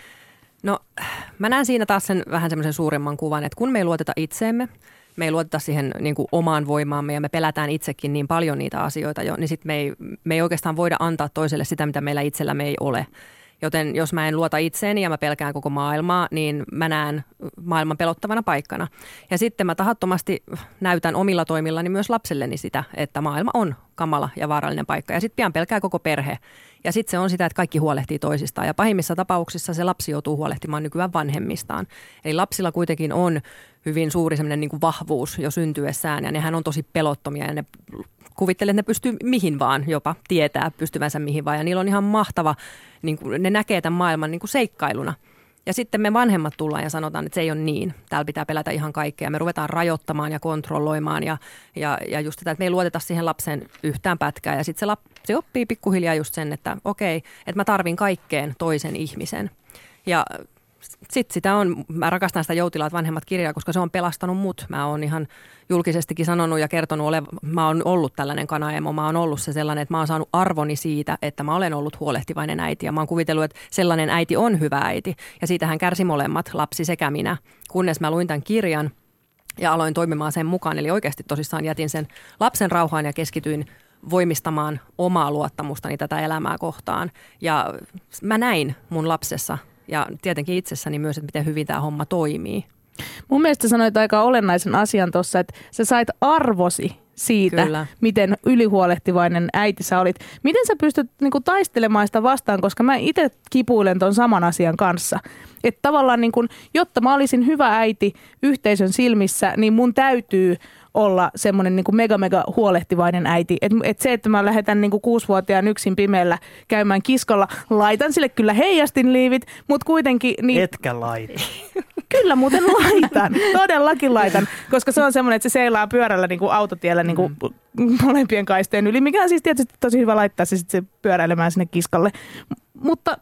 No mä näen siinä taas sen vähän semmoisen suuremman kuvan, että kun me ei luoteta itseemme, me ei luoteta siihen niin kuin omaan voimaamme ja me pelätään itsekin niin paljon niitä asioita jo, niin sitten me ei, me ei oikeastaan voida antaa toiselle sitä, mitä meillä itsellämme ei ole. Joten jos mä en luota itseeni ja mä pelkään koko maailmaa, niin mä näen maailman pelottavana paikkana. Ja sitten mä tahattomasti näytän omilla toimillani myös lapselleni sitä, että maailma on kamala ja vaarallinen paikka. Ja sitten pian pelkää koko perhe. Ja sitten se on sitä, että kaikki huolehtii toisistaan. Ja pahimmissa tapauksissa se lapsi joutuu huolehtimaan nykyään vanhemmistaan. Eli lapsilla kuitenkin on hyvin suuri semmoinen niin kuin vahvuus jo syntyessään. Ja nehän on tosi pelottomia ja ne kuvittelee, että ne pystyy mihin vaan, jopa tietää pystyvänsä mihin vaan. Ja niillä on ihan mahtava, niin kuin, ne näkee tämän maailman niin kuin seikkailuna. Ja sitten me vanhemmat tullaan ja sanotaan, että se ei ole niin. Täällä pitää pelätä ihan kaikkea. Me ruvetaan rajoittamaan ja kontrolloimaan ja, ja, ja just sitä, että me ei luoteta siihen lapseen yhtään pätkää. Ja sitten se lapsi oppii pikkuhiljaa just sen, että okei, että mä tarvin kaikkeen toisen ihmisen. Ja sitten sitä on, mä rakastan sitä Joutilaat vanhemmat kirjaa, koska se on pelastanut mut. Mä oon ihan julkisestikin sanonut ja kertonut, ole, mä oon ollut tällainen kanaemo. Mä oon ollut se sellainen, että mä oon saanut arvoni siitä, että mä olen ollut huolehtivainen äiti. Ja mä oon kuvitellut, että sellainen äiti on hyvä äiti. Ja siitähän kärsi molemmat, lapsi sekä minä. Kunnes mä luin tämän kirjan ja aloin toimimaan sen mukaan. Eli oikeasti tosissaan jätin sen lapsen rauhaan ja keskityin voimistamaan omaa luottamustani tätä elämää kohtaan. Ja mä näin mun lapsessa ja tietenkin itsessäni myös, että miten hyvin tämä homma toimii. Mun mielestä sanoit aika olennaisen asian tuossa, että sä sait arvosi siitä, Kyllä. miten ylihuolehtivainen äiti sä olit. Miten sä pystyt niinku taistelemaan sitä vastaan, koska mä itse kipuilen ton saman asian kanssa. Että tavallaan niin kun, jotta mä olisin hyvä äiti yhteisön silmissä, niin mun täytyy olla semmoinen niin kuin mega mega huolehtivainen äiti. Että et se, että mä lähdetän niin kuin kuusivuotiaan yksin pimeällä käymään kiskolla, laitan sille kyllä heijastinliivit, mutta kuitenkin... Niin, etkä laita. Kyllä muuten laitan, todellakin laitan, koska se on semmoinen, että se seilaa pyörällä niin kuin autotiellä niin kuin mm. molempien kaisteen yli, mikä on siis tietysti tosi hyvä laittaa se sitten pyöräilemään sinne kiskalle. Mutta...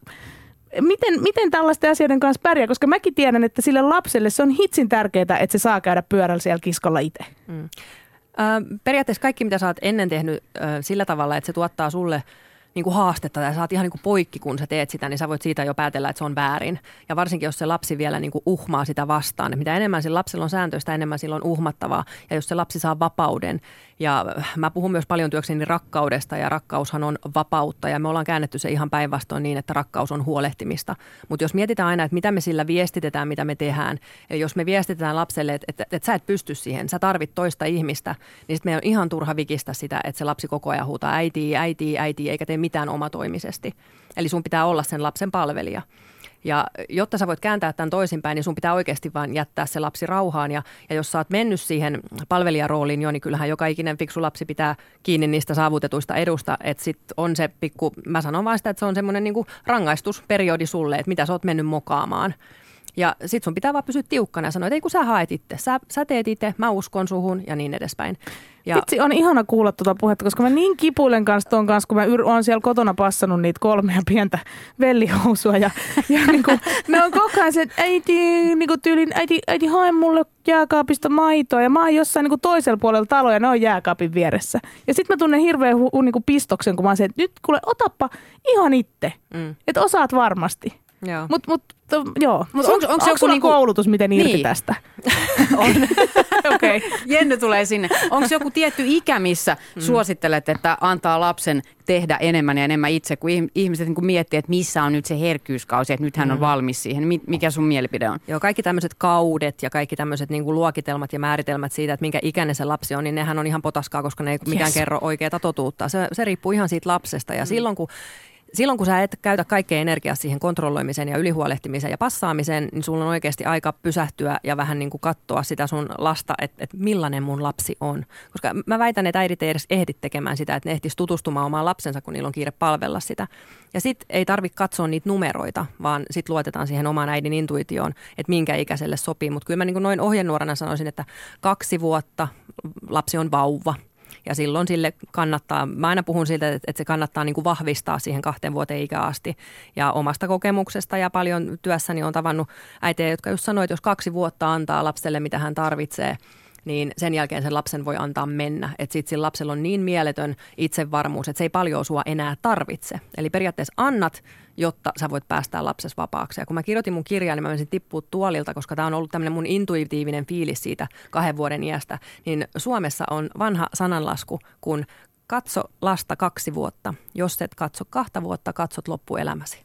Miten, miten tällaisten asioiden kanssa pärjää? Koska mäkin tiedän, että sille lapselle se on hitsin tärkeää, että se saa käydä pyörällä siellä kiskolla itse. Mm. Ö, periaatteessa kaikki, mitä sä oot ennen tehnyt ö, sillä tavalla, että se tuottaa sulle niin kuin haastetta ja sä oot ihan niin kuin poikki, kun sä teet sitä, niin sä voit siitä jo päätellä, että se on väärin. Ja varsinkin, jos se lapsi vielä niin kuin uhmaa sitä vastaan. Mitä enemmän sillä lapsella on sääntöistä, enemmän sillä on uhmattavaa. Ja jos se lapsi saa vapauden. Ja mä puhun myös paljon työkseni rakkaudesta ja rakkaushan on vapautta. Ja me ollaan käännetty se ihan päinvastoin niin, että rakkaus on huolehtimista. Mutta jos mietitään aina, että mitä me sillä viestitetään, mitä me tehdään. Eli jos me viestitetään lapselle, että, että, että sä et pysty siihen, sä tarvit toista ihmistä. Niin sitten meidän on ihan turha vikistä sitä, että se lapsi koko ajan huutaa äiti, äiti, äiti, eikä tee mitään omatoimisesti. Eli sun pitää olla sen lapsen palvelija. Ja jotta sä voit kääntää tämän toisinpäin, niin sun pitää oikeasti vaan jättää se lapsi rauhaan. Ja, ja jos sä oot mennyt siihen palvelijarooliin jo, niin kyllähän joka ikinen fiksu lapsi pitää kiinni niistä saavutetuista edusta. Että sit on se pikku, mä sanon vaan sitä, että se on semmoinen niinku rangaistusperiodi sulle, että mitä sä oot mennyt mokaamaan. Ja sit sun pitää vaan pysyä tiukkana ja sanoa, että ei kun sä haet itse, sä, sä teet itse, mä uskon suhun ja niin edespäin. Ja vitsi, on ihana kuulla tuota puhetta, koska mä niin kipuilen kanssa tuon kanssa, kun mä yr- oon siellä kotona passannut niitä kolmea pientä vellihousua. Ja, ja niin kuin, ne on koko ajan se, että äiti, niin kuin tyylin, äiti, äiti hae mulle jääkaapista maitoa. Ja mä oon jossain niin kuin toisella puolella taloa ja ne on jääkaapin vieressä. Ja sit mä tunnen hirveän hu- niin kuin pistoksen, kun mä oon se, että nyt kuule, otappa ihan itse. Mm. Että osaat varmasti. Joo. Mut, mut, to, joo. Mut onko, onko, onko, onko sulla niinku koulutus, miten irti niin. tästä? On. Okei. Okay. Jenny tulee sinne. Onko joku tietty ikä, missä mm. suosittelet, että antaa lapsen tehdä enemmän ja enemmän itse, kun ihmiset niin kun miettii, että missä on nyt se herkkyyskausi, että nyt hän on mm. valmis siihen. Mikä sun mielipide on? Joo, kaikki tämmöiset kaudet ja kaikki tämmöiset niin kuin luokitelmat ja määritelmät siitä, että minkä ikäinen se lapsi on, niin nehän on ihan potaskaa, koska ne ei mikään yes. kerro oikeaa totuutta. Se, se riippuu ihan siitä lapsesta ja mm. silloin kun Silloin kun sä et käytä kaikkea energiaa siihen kontrolloimiseen ja ylihuolehtimiseen ja passaamiseen, niin sulla on oikeasti aika pysähtyä ja vähän niin kuin katsoa sitä sun lasta, että, että millainen mun lapsi on. Koska mä väitän, että äidit ei edes ehdi tekemään sitä, että ne ehtis tutustumaan omaan lapsensa, kun niillä on kiire palvella sitä. Ja sit ei tarvitse katsoa niitä numeroita, vaan sit luotetaan siihen omaan äidin intuitioon, että minkä ikäiselle sopii. Mutta kyllä mä niin kuin noin ohjenuorana sanoisin, että kaksi vuotta lapsi on vauva. Ja silloin sille kannattaa, mä aina puhun siitä, että se kannattaa niin kuin vahvistaa siihen kahteen vuoteen ikään asti. Ja omasta kokemuksesta ja paljon työssäni on tavannut äitejä, jotka just sanoo, että jos kaksi vuotta antaa lapselle, mitä hän tarvitsee, niin sen jälkeen sen lapsen voi antaa mennä. Että sitten sillä lapsella on niin mieletön itsevarmuus, että se ei paljon sua enää tarvitse. Eli periaatteessa annat, jotta sä voit päästää lapsesi vapaaksi. Ja kun mä kirjoitin mun kirjaa, niin mä menisin tippua tuolilta, koska tämä on ollut tämmöinen mun intuitiivinen fiilis siitä kahden vuoden iästä. Niin Suomessa on vanha sananlasku, kun katso lasta kaksi vuotta. Jos et katso kahta vuotta, katsot loppuelämäsi.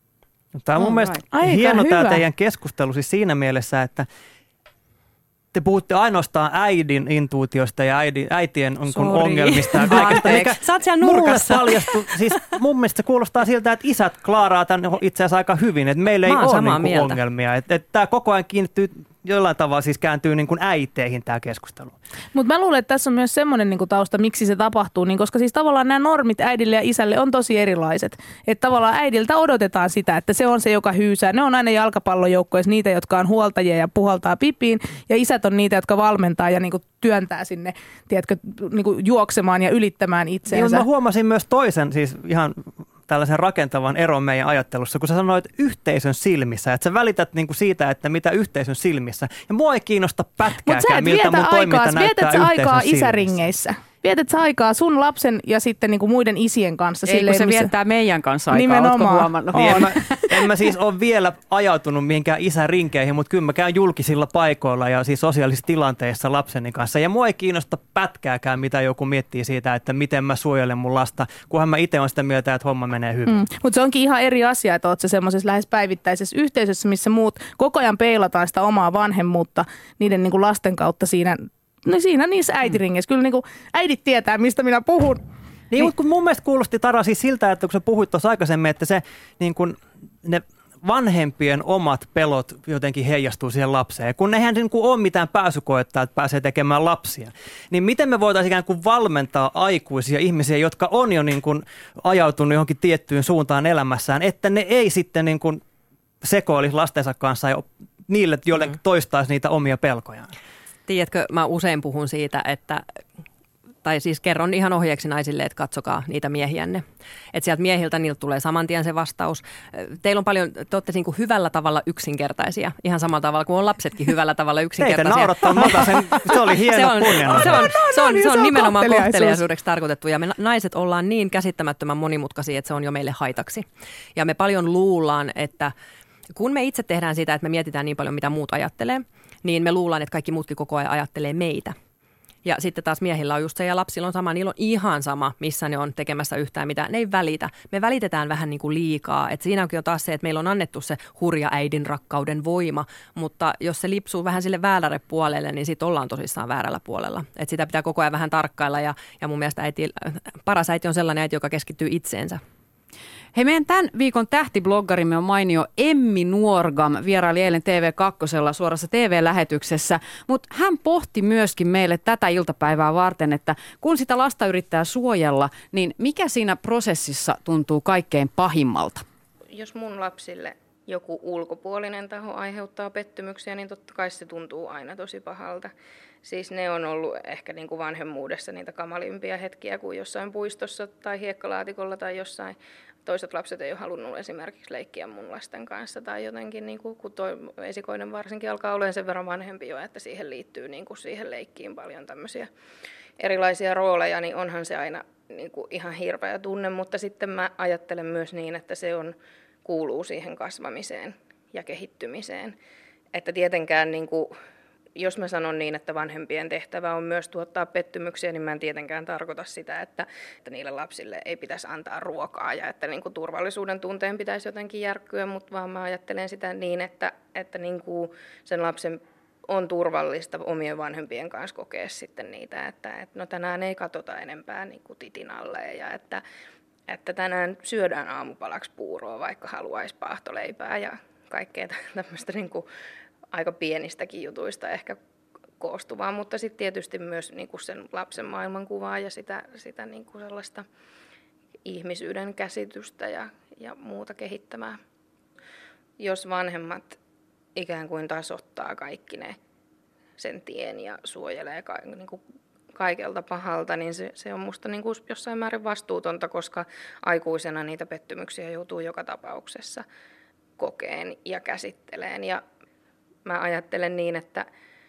Tämä on mun oh, mielestä right. hieno Aika tämä hyvä. teidän keskustelu siis siinä mielessä, että te puhutte ainoastaan äidin intuutiosta ja äidin, äitien on kun ongelmista ja kaikesta, mikä Sä oot siellä nurkassa nurkassa. paljastuu. Siis mun mielestä se kuulostaa siltä, että isät klaaraa tämän itse asiassa aika hyvin, että meillä ei Mä oon ole samaa niin kuin mieltä. ongelmia. Että, että tämä koko ajan kiinnittyy jollain tavalla, siis kääntyy niin kuin äiteihin tämä keskustelu. Mutta mä luulen, että tässä on myös semmoinen niinku tausta, miksi se tapahtuu, niin koska siis tavallaan nämä normit äidille ja isälle on tosi erilaiset. Että tavallaan äidiltä odotetaan sitä, että se on se, joka hyysää. Ne on aina jalkapallojoukkueessa niitä, jotka on huoltajia ja puhaltaa pipiin, ja isät on niitä, jotka valmentaa ja niinku työntää sinne, tiedätkö, niinku juoksemaan ja ylittämään itseensä. Niin, mä huomasin myös toisen, siis ihan tällaisen rakentavan eron meidän ajattelussa, kun sä sanoit yhteisön silmissä, että sä välität niinku siitä, että mitä yhteisön silmissä. Ja mua ei kiinnosta pätkääkään, miltä mun toiminta aikaa, näyttää vietät sä yhteisön aikaa silmissä. isäringeissä? Vietät sä aikaa sun lapsen ja sitten niinku muiden isien kanssa? Ei, silleen, kun se missä... viettää meidän kanssa aikaa, Nimenomaan. ootko huomannut? Niin en, mä, en mä siis ole vielä ajautunut mihinkään isärinkeihin, mutta kyllä mä käyn julkisilla paikoilla ja siis sosiaalisissa tilanteissa lapseni kanssa. Ja mua ei kiinnosta pätkääkään, mitä joku miettii siitä, että miten mä suojelen mun lasta, kunhan mä itse on sitä mieltä, että homma menee hyvin. Mm. Mutta se onkin ihan eri asia, että oot sä semmoisessa lähes päivittäisessä yhteisössä, missä muut koko ajan peilataan sitä omaa vanhemmuutta niiden niinku lasten kautta siinä. No siinä niissä äitiringeissä. Kyllä niin kuin äidit tietää, mistä minä puhun. Niin, niin. Mutta kun mun mielestä kuulosti Tara siis siltä, että kun sä puhuit tuossa aikaisemmin, että se niin kun ne vanhempien omat pelot jotenkin heijastuu siihen lapseen. Ja kun eihän niin kuin ole mitään pääsykoetta, että pääsee tekemään lapsia, niin miten me voitaisiin ikään kuin valmentaa aikuisia ihmisiä, jotka on jo niin kuin ajautunut johonkin tiettyyn suuntaan elämässään, että ne ei sitten niin kuin sekoilisi lastensa kanssa ja niille, joille mm. toistaisi niitä omia pelkojaan. Tiedätkö, mä usein puhun siitä, että, tai siis kerron ihan ohjeeksi naisille, että katsokaa niitä miehiänne. Että sieltä miehiltä niiltä tulee saman tien se vastaus. Teillä on paljon, te olette niin kuin hyvällä tavalla yksinkertaisia, ihan samalla tavalla kuin on lapsetkin hyvällä tavalla yksinkertaisia. Teitä naurattaa muuta, sen, se oli hieno se on, kunnian. se on, se on, se on nimenomaan kohteliaisuus. kohteliaisuudeksi tarkoitettu ja me naiset ollaan niin käsittämättömän monimutkaisia, että se on jo meille haitaksi. Ja me paljon luullaan, että kun me itse tehdään sitä, että me mietitään niin paljon, mitä muut ajattelee, niin me luullaan, että kaikki muutkin koko ajan ajattelee meitä. Ja sitten taas miehillä on just se, ja lapsilla on sama, niillä on ihan sama, missä ne on tekemässä yhtään mitään. Ne ei välitä. Me välitetään vähän niin kuin liikaa. Et siinä onkin jo taas se, että meillä on annettu se hurja äidin rakkauden voima, mutta jos se lipsuu vähän sille väärälle puolelle, niin sitten ollaan tosissaan väärällä puolella. Et sitä pitää koko ajan vähän tarkkailla, ja, ja mun mielestä äiti, paras äiti on sellainen äiti, joka keskittyy itseensä. Hei, meidän tämän viikon tähtibloggarimme on mainio Emmi Nuorgam, vieraili eilen T V kaksi suorassa T V-lähetyksessä, mutta hän pohti myöskin meille tätä iltapäivää varten, että kun sitä lasta yrittää suojella, niin mikä siinä prosessissa tuntuu kaikkein pahimmalta? Jos mun lapsille joku ulkopuolinen taho aiheuttaa pettymyksiä, niin totta kai se tuntuu aina tosi pahalta. Siis ne on ollut ehkä niin kuin vanhemmuudessa niitä kamalimpia hetkiä kuin jossain puistossa tai hiekkalaatikolla tai jossain. Toiset lapset ei ole halunnut esimerkiksi leikkiä mun lasten kanssa tai jotenkin, niin kuin, kun toi esikoinen varsinkin alkaa olemaan sen verran vanhempi jo, että siihen liittyy niin kuin siihen leikkiin paljon tämmöisiä erilaisia rooleja, niin onhan se aina niin kuin ihan hirveä tunne, mutta sitten mä ajattelen myös niin, että se on, kuuluu siihen kasvamiseen ja kehittymiseen, että tietenkään niin kuin, jos mä sanon niin, että vanhempien tehtävä on myös tuottaa pettymyksiä, niin mä en tietenkään tarkoita sitä, että, että niille lapsille ei pitäisi antaa ruokaa ja että niin kuin turvallisuuden tunteen pitäisi jotenkin järkkyä, mutta vaan mä ajattelen sitä niin, että, että niin kuin sen lapsen on turvallista omien vanhempien kanssa kokea sitten niitä, että, että no tänään ei katsota enempää niin kuin titin alle ja että, että tänään syödään aamupalaksi puuroa, vaikka haluaisi paahtoleipää ja kaikkea tämmöistä niin kuin aika pienistäkin jutuista ehkä koostuvaa, mutta sitten tietysti myös niin kuin sen lapsen maailmankuvaa ja sitä, sitä niin kuin sellaista ihmisyyden käsitystä ja, ja muuta kehittämään. Jos vanhemmat ikään kuin tasoittaa kaikki ne sen tien ja suojelee ka, niin kuin kaikelta pahalta, niin se, se on musta niin kuin jossain määrin vastuutonta, koska aikuisena niitä pettymyksiä joutuu joka tapauksessa kokeen ja käsitteleen. Ja mä ajattelen niin, että,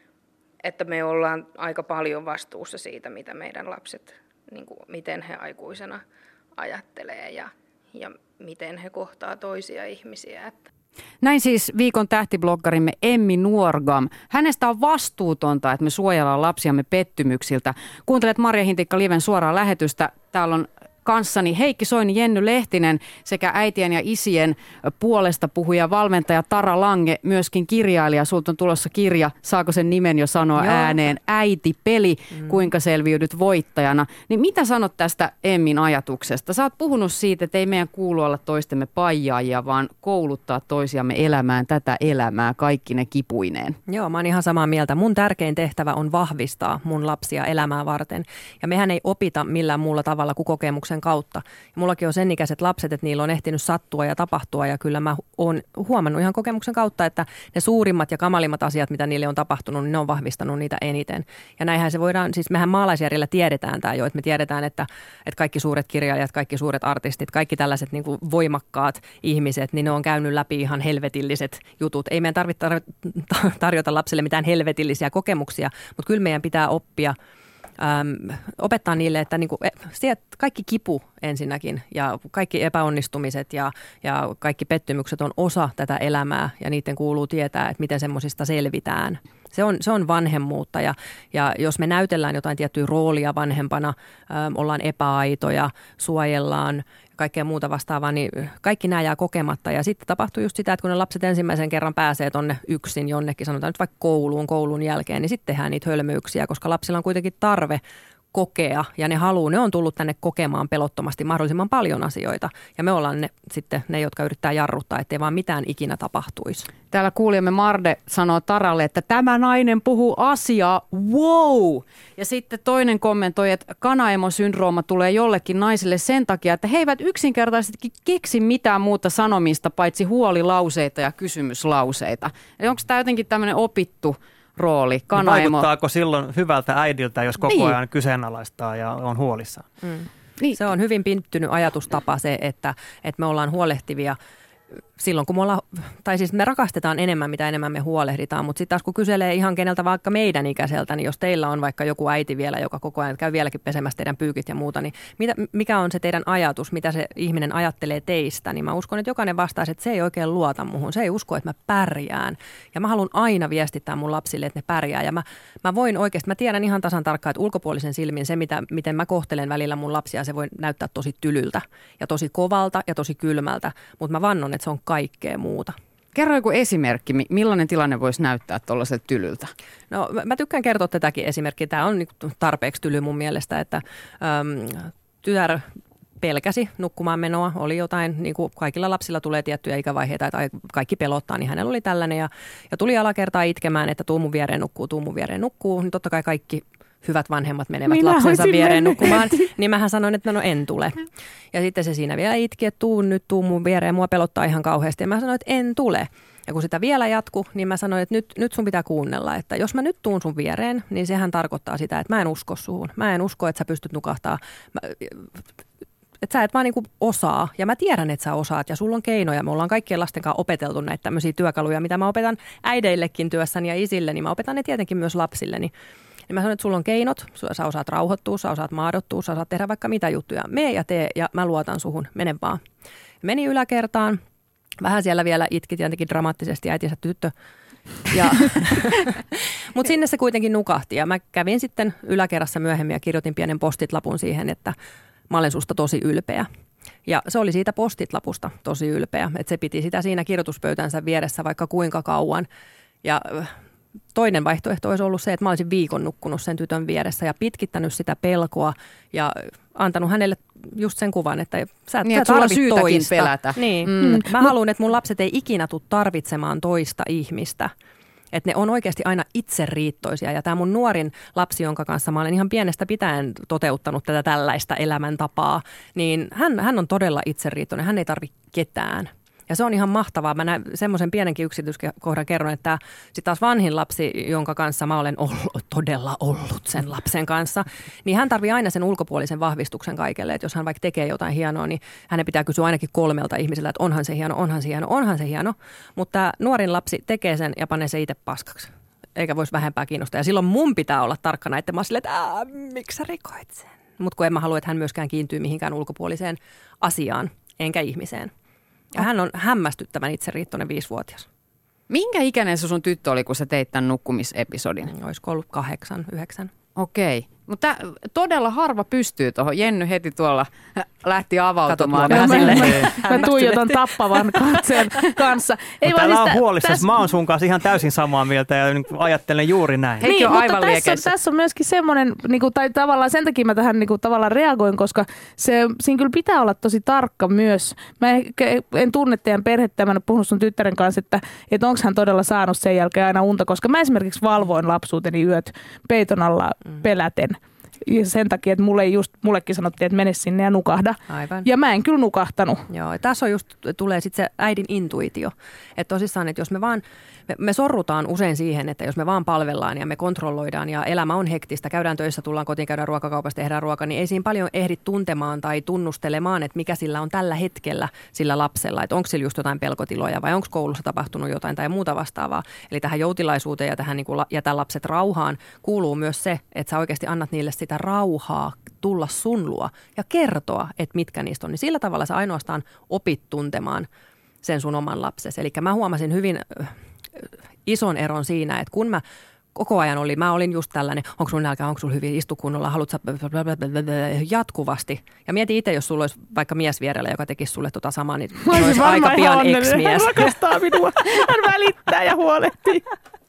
että me ollaan aika paljon vastuussa siitä, mitä meidän lapset, niin kuin, miten he aikuisena ajattelee ja, ja miten he kohtaa toisia ihmisiä. Että. Näin siis viikon tähtibloggarimme Emmi Nuorgam. Hänestä on vastuutonta, että me suojellaan lapsiamme pettymyksiltä. Kuuntelet Marja Hintikka Liven suoraa lähetystä. Täällä on kanssani Heikki Soini, Jenny Lehtinen sekä äitien ja isien puolesta puhuja valmentaja Tara Lange, myöskin kirjailija. Sulta on tulossa kirja, saako sen nimen jo sanoa Joo. ääneen, Äiti-peli, mm. kuinka selviydyt voittajana. Niin mitä sanot tästä Emmin ajatuksesta? Sä oot puhunut siitä, että ei meidän kuulu olla toistemme paijaajia, vaan kouluttaa toisiamme elämään tätä elämää kaikki ne kipuineen. Joo, mä oon ihan samaa mieltä. Mun tärkein tehtävä on vahvistaa mun lapsia elämää varten. Ja mehän ei opita millään muulla tavalla kuin kokemuksen kautta. Ja mullakin on sen ikäiset lapset, että niillä on ehtinyt sattua ja tapahtua ja kyllä mä oon huomannut ihan kokemuksen kautta, että ne suurimmat ja kamalimmat asiat, mitä niille on tapahtunut, niin ne on vahvistanut niitä eniten. Ja näinhän se voidaan, siis mehän maalaisjärjellä tiedetään tämä jo, että me tiedetään, että, että kaikki suuret kirjailijat, kaikki suuret artistit, kaikki tällaiset niin kuin voimakkaat ihmiset, niin ne on käynyt läpi ihan helvetilliset jutut. Ei meidän tarvitse tarjota lapsille mitään helvetillisiä kokemuksia, mutta kyllä meidän pitää oppia Ähm, opettaa niille, että niinku, kaikki kipu ensinnäkin ja kaikki epäonnistumiset ja, ja kaikki pettymykset on osa tätä elämää ja niiden kuuluu tietää, että miten semmoisista selvitään. Se on, se on vanhemmuutta ja, ja jos me näytellään jotain tiettyä roolia vanhempana, ähm, ollaan epäaitoja, suojellaan kaikkea muuta vastaavaa, niin kaikki nämä jää kokematta. Ja sitten tapahtuu just sitä, että kun ne lapset ensimmäisen kerran pääsee tonne yksin jonnekin, sanotaan nyt vaikka kouluun, koulun jälkeen, niin sitten tehdään niitä hölmöyksiä, koska lapsilla on kuitenkin tarve kokea ja ne haluaa, ne on tullut tänne kokemaan pelottomasti mahdollisimman paljon asioita. Ja me ollaan ne, sitten ne, jotka yrittää jarruttaa, ettei vaan mitään ikinä tapahtuisi. Täällä kuulijamme Marde sanoo Taralle, että tämä nainen puhuu asiaa, wow! Ja sitten toinen kommentoi, että kanaemo-syndrooma tulee jollekin naisille sen takia, että he eivät yksinkertaisesti keksi mitään muuta sanomista, paitsi huolilauseita ja kysymyslauseita. Eli onko tämä jotenkin tämmöinen opittu rooli? Kanaemo. Niin vaikuttaako silloin hyvältä äidiltä, jos koko niin. ajan kyseenalaistaa ja on huolissaan? Mm. Niin. Se on hyvin pinttynyt ajatustapa se, että, että me ollaan huolehtivia silloin kun me ollaan, tai siis me rakastetaan enemmän, mitä enemmän me huolehditaan, mutta sitten taas kun kyselee ihan keneltä vaikka meidän ikäiseltä, niin jos teillä on vaikka joku äiti vielä, joka koko ajan käy vieläkin pesemässä teidän pyykit ja muuta, niin mitä, mikä on se teidän ajatus, mitä se ihminen ajattelee teistä, niin mä uskon, että jokainen vastaisi, että se ei oikein luota muhun, se ei usko, että mä pärjään. Ja mä haluan aina viestittää mun lapsille, että ne pärjää. Ja mä, mä voin oikeasti, mä tiedän ihan tasan tarkkaan, että ulkopuolisen silmin se, mitä, miten mä kohtelen välillä mun lapsia, se voi näyttää tosi tylyltä ja tosi kovalta ja tosi kylmältä, mutta mä vannon, että se on kaikkea muuta. Kerro joku esimerkki, millainen tilanne voisi näyttää tuollaiselta tylyltä? No mä tykkään kertoa tätäkin esimerkkiä. Tämä on tarpeeksi tyly mun mielestä, että äm, tytär pelkäsi nukkumaan menoa. Oli jotain, niin kuin kaikilla lapsilla tulee tiettyjä ikävaiheita, tai kaikki pelottaa, niin hänellä oli tällainen. Ja, ja tuli alakertaa itkemään, että tuu mun viereen nukkuu, tuu mun viereen nukkuu. Niin totta kai kaikki hyvät vanhemmat menevät Minä lapsensa viereen nukkumaan, niin mähän sanoin, että no en tule. Ja sitten se siinä vielä itki, että tuu nyt, tuu mun viereen, mua pelottaa ihan kauheasti. Ja mä sanoin, että en tule. Ja kun sitä vielä jatkuu, niin mä sanoin, että nyt, nyt sun pitää kuunnella, että jos mä nyt tuun sun viereen, niin sehän tarkoittaa sitä, että mä en usko suhun. Mä en usko, että sä pystyt nukahtaa. Mä, että sä et vaan niinku osaa, ja mä tiedän, että sä osaat, ja sulla on keinoja. Me ollaan kaikkien lasten kanssa opeteltu näitä tämmöisiä työkaluja, mitä mä opetan äideillekin työssäni ja isille, niin mä opetan ne tietenkin myös lapsilleni. Ja mä sanon, että sulla on keinot, sä osaat rauhoittua, sä osaat maadottua, sä osaat tehdä vaikka mitä juttuja. Mene ja tee, ja mä luotan suhun, mene vaan. Meni yläkertaan, vähän siellä vielä itki tietenkin dramaattisesti äitinsä tyttö. Mutta sinne se kuitenkin nukahti, ja mä kävin sitten yläkerrassa myöhemmin ja kirjoitin pienen postitlapun siihen, että mä olen susta tosi ylpeä. Ja se oli siitä postitlapusta tosi ylpeä, että se piti sitä siinä kirjoituspöytänsä vieressä vaikka kuinka kauan. Ja toinen vaihtoehto olisi ollut se, että mä olisin viikon nukkunut sen tytön vieressä ja pitkittänyt sitä pelkoa ja antanut hänelle just sen kuvan, että sä, niin, sä että tarvit syytäkin toista. pelätä. Niin. Mm. Mm. Mä haluan, että mun lapset ei ikinä tule tarvitsemaan toista ihmistä. Että ne on oikeasti aina itseriittoisia. Ja tämä mun nuorin lapsi, jonka kanssa mä olen ihan pienestä pitäen toteuttanut tätä tällaista elämäntapaa, niin hän, hän on todella itseriittoinen. Hän ei tarvitse ketään. Ja se on ihan mahtavaa. Mä näin semmoisen pienenkin yksityiskohdan kerron, että sitten taas vanhin lapsi, jonka kanssa mä olen ollut, todella ollut sen lapsen kanssa, niin hän tarvii aina sen ulkopuolisen vahvistuksen kaikelle. Että jos hän vaikka tekee jotain hienoa, niin hänen pitää kysyä ainakin kolmelta ihmiseltä, että onhan se hieno, onhan se hieno, onhan se hieno. Mutta nuorin lapsi tekee sen ja panee se itse paskaksi. Eikä voisi vähempää kiinnostaa. Ja silloin mun pitää olla tarkkana, että mä oon silleen, että miksi sä rikoit sen? Mutta kun en mä halua, että hän myöskään kiintyy mihinkään ulkopuoliseen asiaan, enkä ihmiseen. Ja hän on hämmästyttävän itseriittoinen viisivuotias. Minkä ikäinen se sun tyttö oli, kun sä teit tämän nukkumisepisodin? Olisiko ollut kahdeksan, yhdeksän. Okei. Mutta todella harva pystyy tuohon. Jenny heti tuolla lähti avautumaan. Mä, mä, mä tuijotan tappavan katseen kanssa. Ei täällä siis on huolissasi. Täs... Mä oon sun kanssa ihan täysin samaa mieltä ja ajattelen juuri näin. Niin, on aivan mutta tässä, tässä on myöskin semmoinen, niin tai tavallaan sen takia mä tähän niin kuin, tavallaan reagoin, koska se, siinä kyllä pitää olla tosi tarkka myös. Mä en tunne teidän perhettä, mä en ole puhunut sun tyttären kanssa, että, että onko hän todella saanut sen jälkeen aina unta, koska mä esimerkiksi valvoin lapsuuteni yöt peiton alla mm. peläten. Ja sen takia, että mulle just, mullekin sanottiin, että mene sinne ja nukahda. Aivan. Ja mä en kyllä nukahtanut. Joo, tässä on just, tulee sitten se äidin intuitio. Että tosissaan, että jos me vaan, me, me sorrutaan usein siihen, että jos me vaan palvellaan ja me kontrolloidaan ja elämä on hektistä, käydään töissä, tullaan kotiin, käydään ruokakaupassa, tehdään ruoka, niin ei siinä paljon ehdi tuntemaan tai tunnustelemaan, että mikä sillä on tällä hetkellä sillä lapsella. Että onko sillä just jotain pelkotiloja vai onko koulussa tapahtunut jotain tai muuta vastaavaa. Eli tähän joutilaisuuteen ja tähän niin kuin jätä lapset rauhaan kuuluu myös se, että sä oikeasti annat niille sitä rauhaa tulla sun luo ja kertoa, että mitkä niistä on. Niin sillä tavalla sä ainoastaan opit tuntemaan sen sun oman lapsesi. Eli mä huomasin hyvin ison eron siinä, että kun mä koko ajan olin, mä olin just tällainen, onko sulla nälkä, onko sulla hyvin, istu kunnolla, haluatko jatkuvasti. Ja mieti itse, jos sulla olisi vaikka mies vierellä, joka tekisi sulle tota samaa, niin olisi aika pian ex-mies. Hän rakastaa minua, hän välittää ja huolehtii.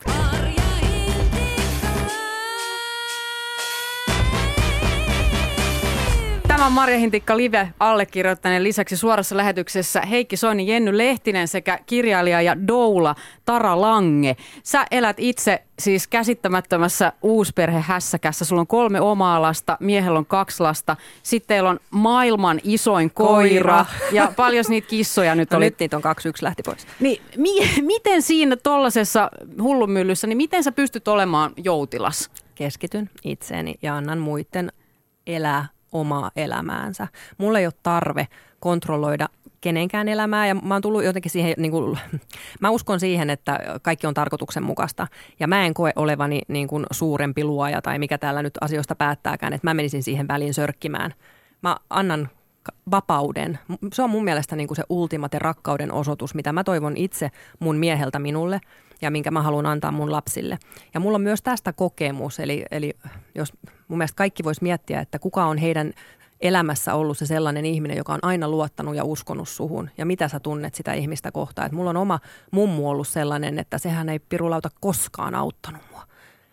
Tämä on Marja Hintikka Live allekirjoittaneen lisäksi suorassa lähetyksessä Heikki Soini, Jenny Lehtinen sekä kirjailija ja doula Tara Lange. Sä elät itse siis käsittämättömässä uusperhehässäkässä. Sulla on kolme omaa lasta, miehellä on kaksi lasta. Sitten teillä on maailman isoin koira, koira. Ja paljon niitä kissoja nyt no oli. Nyt niitä on kaksi, yksi lähti pois. Niin, mi- miten siinä tollasessa hullunmyllyssä, niin miten sä pystyt olemaan joutilas? Keskityn itseeni ja annan muiden elää omaa elämäänsä. Mulla ei ole tarve kontrolloida kenenkään elämää ja mä oon tullut jotenkin siihen, niin kuin, mä uskon siihen, että kaikki on tarkoituksenmukaista ja mä en koe olevani niin kuin suurempi luoja tai mikä täällä nyt asioista päättääkään, että mä menisin siihen väliin sörkkimään. Mä annan vapauden. Se on mun mielestä niin kuin se ultimate rakkauden osoitus, mitä mä toivon itse mun mieheltä minulle ja minkä mä haluan antaa mun lapsille. Ja mulla on myös tästä kokemus, eli, eli jos mun mielestä kaikki vois miettiä, että kuka on heidän elämässä ollut se sellainen ihminen, joka on aina luottanut ja uskonut suhun ja mitä sä tunnet sitä ihmistä kohtaan. Et mulla on oma mummu ollut sellainen, että sehän ei pirulauta koskaan auttanut mua.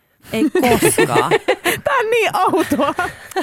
Ei koskaan. Tämä on niin outoa.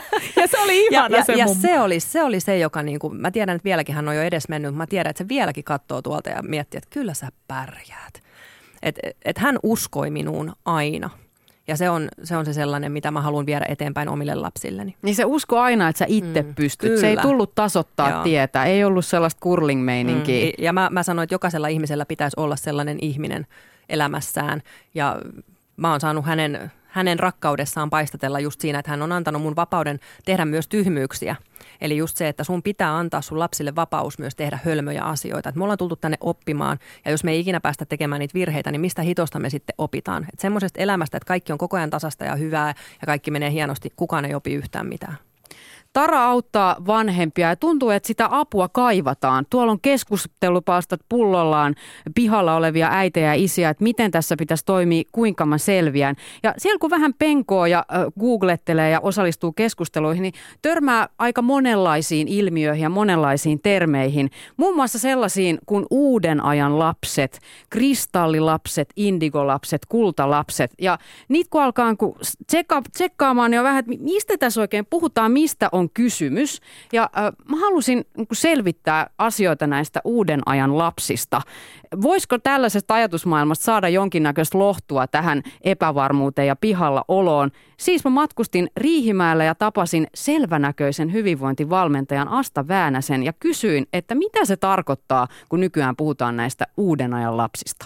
Ja se oli ihana ja, se ja, mummu. ja se oli, se oli se, joka niinku, mä tiedän, että vieläkin hän on jo edes mennyt, mutta mä tiedän, että se vieläkin katsoo tuolta ja miettii, että kyllä sä pärjäät. Että et hän uskoi minuun aina. Ja se on, se on se sellainen, mitä mä haluan viedä eteenpäin omille lapsilleni. Niin se usko aina, että sä itse mm, pystyt. kyllä. Se ei tullut tasoittaa Joo. tietä. Ei ollut sellaista curling-meininkiä. Mm. Ja mä, mä sanoin, että jokaisella ihmisellä pitäisi olla sellainen ihminen elämässään. Ja mä oon saanut hänen, hänen rakkaudessaan paistatella just siinä, että hän on antanut mun vapauden tehdä myös tyhmyyksiä. Eli just se, että sun pitää antaa sun lapsille vapaus myös tehdä hölmöjä asioita. Että me ollaan tultu tänne oppimaan ja jos me ei ikinä päästä tekemään niitä virheitä, niin mistä hitosta me sitten opitaan. Että semmoisesta elämästä, että kaikki on koko ajan tasasta ja hyvää ja kaikki menee hienosti, kukaan ei opi yhtään mitään. Tara auttaa vanhempia ja tuntuu, että sitä apua kaivataan. Tuolla on keskustelupalstat pullollaan pihalla olevia äitejä ja isiä, että miten tässä pitäisi toimia, kuinka mä selviän. Ja siellä kun vähän penkoo ja äh, googlettelee ja osallistuu keskusteluihin, niin törmää aika monenlaisiin ilmiöihin ja monenlaisiin termeihin. Muun muassa sellaisiin kuin uuden ajan lapset, kristallilapset, indigolapset, kultalapset. Ja niitä kun alkaa kun tsekka, tsekkaamaan, niin on vähän, että mistä tässä oikein puhutaan, mistä on kysymys. Ja äh, mä halusin niin kuin selvittää asioita näistä uuden ajan lapsista. Voisiko tällaisesta ajatusmaailmasta saada jonkinnäköistä lohtua tähän epävarmuuteen ja pihalla oloon? Siis mä matkustin Riihimäellä ja tapasin selvänäköisen hyvinvointivalmentajan Asta Väänäsen ja kysyin, että mitä se tarkoittaa, kun nykyään puhutaan näistä uuden ajan lapsista.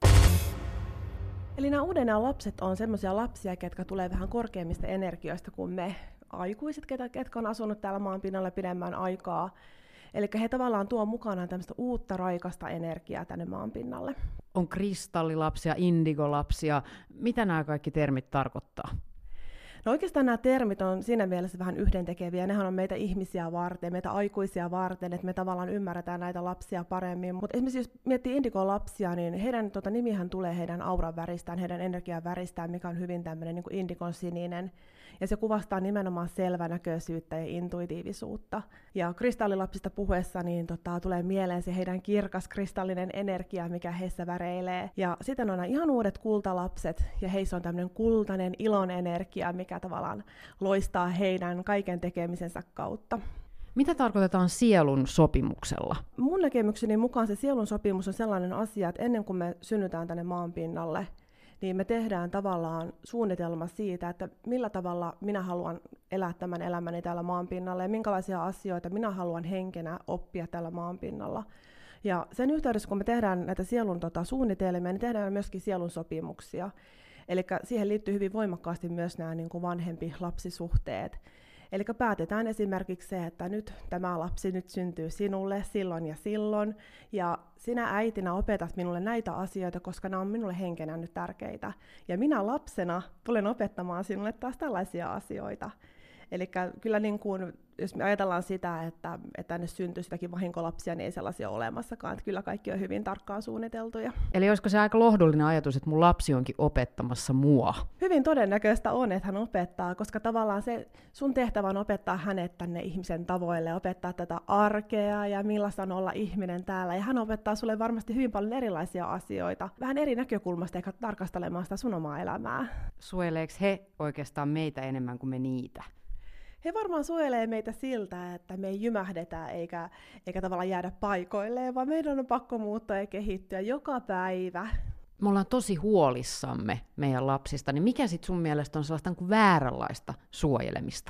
Eli nämä uuden ajan lapset on semmoisia lapsia, ketkä tulee vähän korkeammista energioista kuin me aikuiset, ketkä on asunut täällä maan pinnalla pidemmän aikaa. Eli he tavallaan tuo mukanaan tämmöistä uutta raikasta energiaa tänne maan pinnalle. On kristallilapsia, indigolapsia. Mitä nämä kaikki termit tarkoittaa? No oikeastaan nämä termit on siinä mielessä vähän yhdentekeviä. Nehän on meitä ihmisiä varten, meitä aikuisia varten, että me tavallaan ymmärretään näitä lapsia paremmin. Mutta esimerkiksi jos miettii indigo-lapsia, niin heidän tota, nimihän tulee heidän auran väristään, heidän energian väristään, mikä on hyvin tämmöinen niin kuin indikon sininen. Ja se kuvastaa nimenomaan selvänäköisyyttä ja intuitiivisuutta. Ja kristallilapsista puhuessa niin tota, tulee mieleen se heidän kirkas kristallinen energia, mikä heissä väreilee. Ja sitten on nämä ihan uudet kultalapset, ja heissä on tämmöinen kultainen ilon energia, mikä tavallaan loistaa heidän kaiken tekemisensä kautta. Mitä tarkoitetaan sielun sopimuksella? Mun näkemykseni mukaan se sielun sopimus on sellainen asia, että ennen kuin me synnytään tänne maan pinnalle, niin me tehdään tavallaan suunnitelma siitä, että millä tavalla minä haluan elää tämän elämäni täällä maanpinnalla ja minkälaisia asioita minä haluan henkenä oppia tällä maanpinnalla. Ja sen yhteydessä, kun me tehdään näitä sielun tota, suunnitelmia, niin tehdään myöskin sielun sopimuksia. Eli siihen liittyy hyvin voimakkaasti myös nämä niin kuin vanhempi-lapsisuhteet. Eli päätetään esimerkiksi se, että nyt tämä lapsi nyt syntyy sinulle silloin ja silloin, ja sinä äitinä opetat minulle näitä asioita, koska nämä on minulle henkenä nyt tärkeitä. Ja minä lapsena tulen opettamaan sinulle taas tällaisia asioita. Eli kyllä niin kuin, jos me ajatellaan sitä, että, että tänne syntyy sitäkin vahinkolapsia, niin ei sellaisia ole olemassakaan. Että kyllä kaikki on hyvin tarkkaan suunniteltuja. Eli olisiko se aika lohdullinen ajatus, että mun lapsi onkin opettamassa mua? Hyvin todennäköistä on, että hän opettaa, koska tavallaan se sun tehtävä on opettaa hänet tänne ihmisen tavoille, opettaa tätä arkea ja millaista on olla ihminen täällä. Ja hän opettaa sulle varmasti hyvin paljon erilaisia asioita, vähän eri näkökulmasta eikä tarkastelemaan sitä sun omaa elämää. Suojeleeko he oikeastaan meitä enemmän kuin me niitä? He varmaan suojelee meitä siltä, että me ei jymähdetä eikä, eikä tavallaan jäädä paikoilleen, vaan meidän on pakko muuttaa ja kehittyä joka päivä. Me ollaan tosi huolissamme meidän lapsista, niin mikä sitten sun mielestä on sellaista niin kuin vääränlaista suojelemista?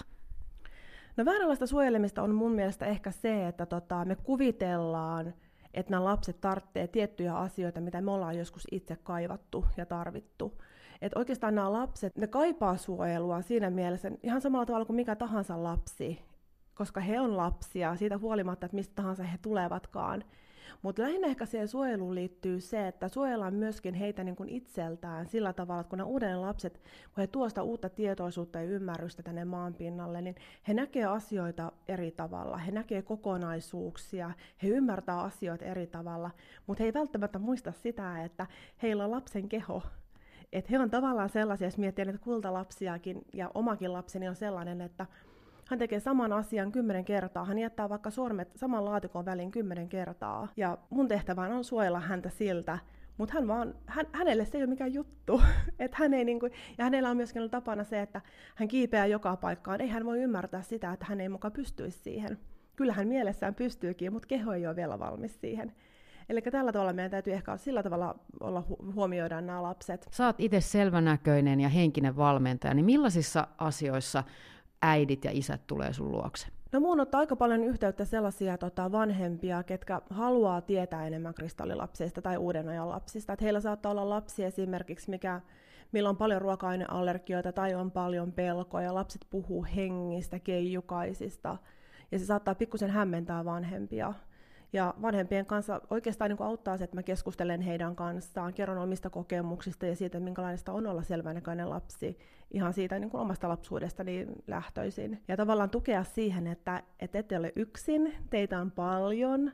No vääränlaista suojelemista on mun mielestä ehkä se, että tota, me kuvitellaan, että nämä lapset tarvitsee tiettyjä asioita, mitä me ollaan joskus itse kaivattu ja tarvittu. Että oikeastaan nämä lapset, ne kaipaa suojelua siinä mielessä ihan samalla tavalla kuin mikä tahansa lapsi koska he on lapsia, siitä huolimatta, että mistä tahansa he tulevatkaan. Mutta lähinnä ehkä siihen suojeluun liittyy se, että suojellaan myöskin heitä niin kuin itseltään sillä tavalla, että kun nämä uudelleen lapset, kun he tuovat sitä uutta tietoisuutta ja ymmärrystä tänne maanpinnalle, niin he näkee asioita eri tavalla, he näkee kokonaisuuksia, he ymmärtää asioita eri tavalla, mutta he ei välttämättä muista sitä, että heillä on lapsen keho. Että he on tavallaan sellaisia, jos miettii näitä kultalapsiakin, ja omakin lapseni on sellainen, että hän tekee saman asian kymmenen kertaa. Hän jättää vaikka sormet saman laatikon väliin kymmenen kertaa. Ja mun tehtävän on suojella häntä siltä, mutta hän vaan, hän, hänelle se ei ole mikään juttu. Et hän ei niinku, ja hänellä on myöskin ollut tapana se, että hän kiipeää joka paikkaan. Ei hän voi ymmärtää sitä, että hän ei mukaan pystyisi siihen. Kyllä hän mielessään pystyykin, mutta keho ei ole vielä valmis siihen. Eli tällä tavalla meidän täytyy ehkä sillä tavalla olla huomioida nämä lapset. Sä oot itse selvänäköinen ja henkinen valmentaja, niin millaisissa asioissa äidit ja isät tulee sun luokse? No muun ottaa aika paljon yhteyttä sellaisia tota, vanhempia, ketkä haluaa tietää enemmän kristallilapsista tai uuden ajan lapsista. Et heillä saattaa olla lapsi esimerkiksi, mikä, millä on paljon ruoka-aineallergioita tai on paljon pelkoja. Lapset puhuu hengistä, keijukaisista ja se saattaa pikkusen hämmentää vanhempia. Ja vanhempien kanssa oikeastaan niin kuin auttaa se, että mä keskustelen heidän kanssaan, kerron omista kokemuksista ja siitä, minkälaista on olla selvänäköinen lapsi ihan siitä niin kuin omasta lapsuudestani lähtöisin. Ja tavallaan tukea siihen, että, että ette ole yksin, teitä on paljon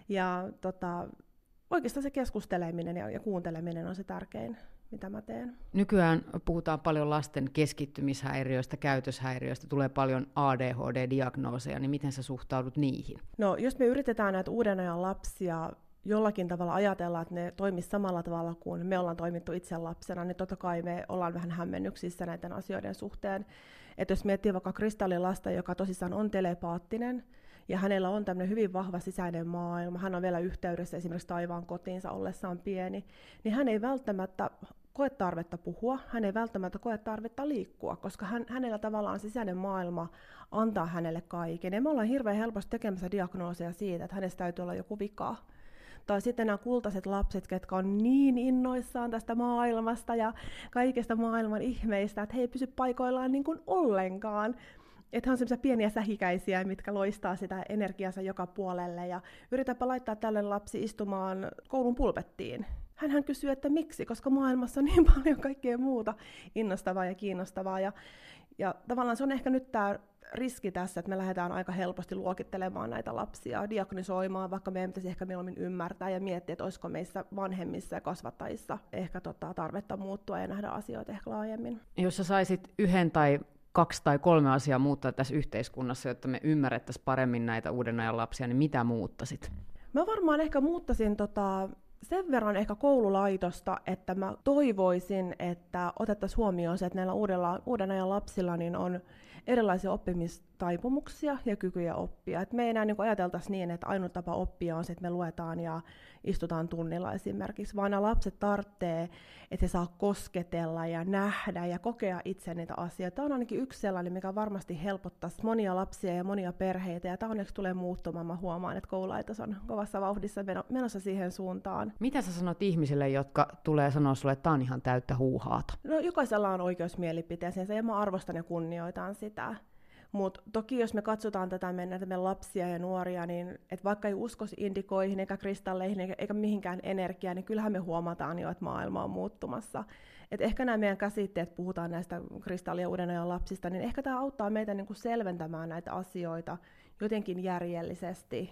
ja tota, oikeastaan se keskusteleminen ja, ja kuunteleminen on se tärkein, mitä mä teen. Nykyään puhutaan paljon lasten keskittymishäiriöistä, käytöshäiriöistä, tulee paljon A D H D-diagnooseja, niin miten sä suhtaudut niihin? No, jos me yritetään näitä uuden ajan lapsia jollakin tavalla ajatella, että ne toimisivat samalla tavalla kuin me ollaan toimittu itse lapsena, niin totta kai me ollaan vähän hämmennyksissä näiden asioiden suhteen. Että jos miettii vaikka kristallilasta, joka tosissaan on telepaattinen, ja hänellä on tämmöinen hyvin vahva sisäinen maailma, hän on vielä yhteydessä esimerkiksi taivaan kotiinsa ollessaan pieni, niin hän ei välttämättä koe tarvetta puhua, hän ei välttämättä koe tarvetta liikkua, koska hän, hänellä tavallaan sisäinen maailma antaa hänelle kaiken. Ja me ollaan hirveän helposti tekemässä diagnooseja siitä, että hänessä täytyy olla joku vika. Tai sitten nämä kultaiset lapset, jotka on niin innoissaan tästä maailmasta ja kaikista maailman ihmeistä, että he ei pysy paikoillaan niin kuin ollenkaan. Että he on sellaisia pieniä sähikäisiä, mitkä loistaa sitä energiansa joka puolelle. Ja yritäpä laittaa tällainen lapsi istumaan koulun pulpettiin. Hänhän kysyy, että miksi, koska maailmassa on niin paljon kaikkea muuta innostavaa ja kiinnostavaa. Ja, ja tavallaan se on ehkä nyt tämä riski tässä, että me lähdetään aika helposti luokittelemaan näitä lapsia, diagnosoimaan, vaikka meidän pitäisi ehkä mieluummin ymmärtää ja miettiä, että olisiko meissä vanhemmissa ja kasvattajissa ehkä tota, tarvetta muuttua ja nähdä asioita ehkä laajemmin. Jos sä saisit yhden tai kaksi tai kolme asiaa muuttaa tässä yhteiskunnassa, jotta me ymmärrettäisiin paremmin näitä uuden ajan lapsia, niin mitä muuttaisit? Mä varmaan ehkä muuttaisin tota, sen verran ehkä koululaitosta, että mä toivoisin, että otettaisiin huomioon se, että näillä uudella, uuden ajan lapsilla niin on erilaisia oppimistaipumuksia ja kykyjä oppia. Et me ei enää niin ajateltaisi niin, että ainut tapa oppia on se, että me luetaan ja istutaan tunnilla esimerkiksi, vaan nämä lapset tarvitsee, että he saa kosketella ja nähdä ja kokea itse niitä asioita. Tämä on ainakin yksi sellainen, mikä varmasti helpottaisi monia lapsia ja monia perheitä, ja tämä onneksi tulee muuttumaan. Mä huomaan, että koululaitos on kovassa vauhdissa menossa siihen suuntaan. Mitä sä sanot ihmisille, jotka tulee sanoa sulle, että tämä on ihan täyttä huuhaata? No, jokaisella on oikeus mielipiteeseensä, ja mä arvostan ja kunnioitan sitä. Mutta toki jos me katsotaan tätä meidän, meidän lapsia ja nuoria, niin et vaikka ei uskoisi indikoihin eikä kristalleihin eikä, eikä mihinkään energiaan, niin kyllähän me huomataan jo, että maailma on muuttumassa. Et ehkä nämä meidän käsitteet, puhutaan näistä kristalli- ja uuden ajan lapsista, niin ehkä tämä auttaa meitä niinku selventämään näitä asioita jotenkin järjellisesti.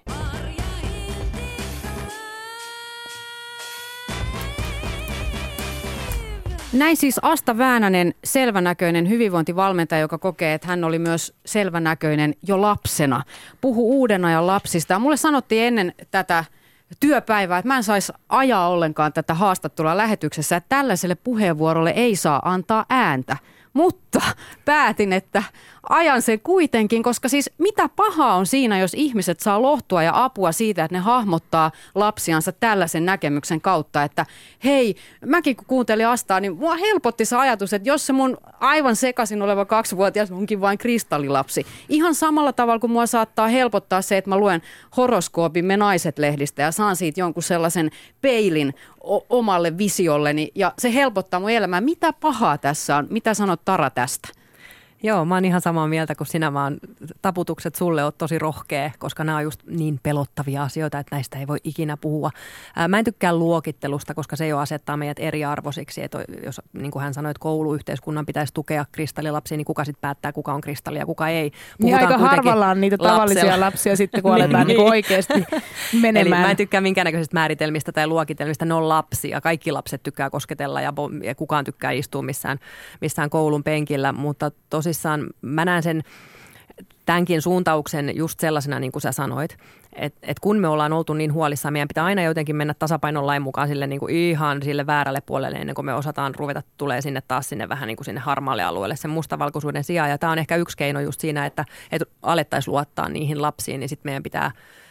Näin siis Asta Väänänen, selvänäköinen hyvinvointivalmentaja, joka kokee, että hän oli myös selvänäköinen jo lapsena. Puhuu uuden ajan lapsista. Ja mulle sanottiin ennen tätä työpäivää, että mä en saisi ajaa ollenkaan tätä haastattelua lähetyksessä, että tällaiselle puheenvuorolle ei saa antaa ääntä. Mutta päätin, että ajan sen kuitenkin, koska siis mitä pahaa on siinä, jos ihmiset saa lohtua ja apua siitä, että ne hahmottaa lapsiansa tällaisen näkemyksen kautta, että hei, mäkin kun kuuntelin Astaa, niin mua helpotti se ajatus, että jos se mun aivan sekaisin oleva kaksivuotias onkin vain kristallilapsi. Ihan samalla tavalla kuin mua saattaa helpottaa se, että mä luen horoskoopin Me Naiset-lehdistä ja saan siitä jonkun sellaisen peilin o- omalle visiolleni ja se helpottaa mun elämää. Mitä pahaa tässä on? Mitä sanot Tara tästä? Joo, mä oon ihan samaa mieltä kuin sinä, vaan taputukset sulle on tosi rohkea, koska nämä on just niin pelottavia asioita, että näistä ei voi ikinä puhua. Ää, mä en tykkää luokittelusta, koska se jo asettaa meidät eriarvoisiksi. Että jos, niin kuin hän sanoi, että kouluyhteiskunnan pitäisi tukea kristallilapsia, niin kuka sitten päättää, kuka on kristalli ja kuka ei. Niin aika harvalla on niitä tavallisia lapsella. lapsia sitten, kun aletaan niin oikeasti menemään. Eli mä en tykkää minkäännäköisistä määritelmistä tai luokitelmista, ne on lapsia. Kaikki lapset tykkää kosketella ja, ja kukaan tykkää istua missään, missään koulun penkillä, mutta tosissaan mä näen sen tämänkin suuntauksen just sellaisena, niin kuin sä sanoit, että et kun me ollaan oltu niin huolissaan, meidän pitää aina jotenkin mennä tasapainon lain mukaan sille niin kuin ihan sille väärälle puolelle, ennen kuin me osataan ruveta tulee sinne taas sinne vähän niin kuin sinne harmaalle alueelle sen mustavalkoisuuden sijaan. Ja tämä on ehkä yksi keino just siinä, että, että alettaisiin luottaa niihin lapsiin, niin sitten meidän pitää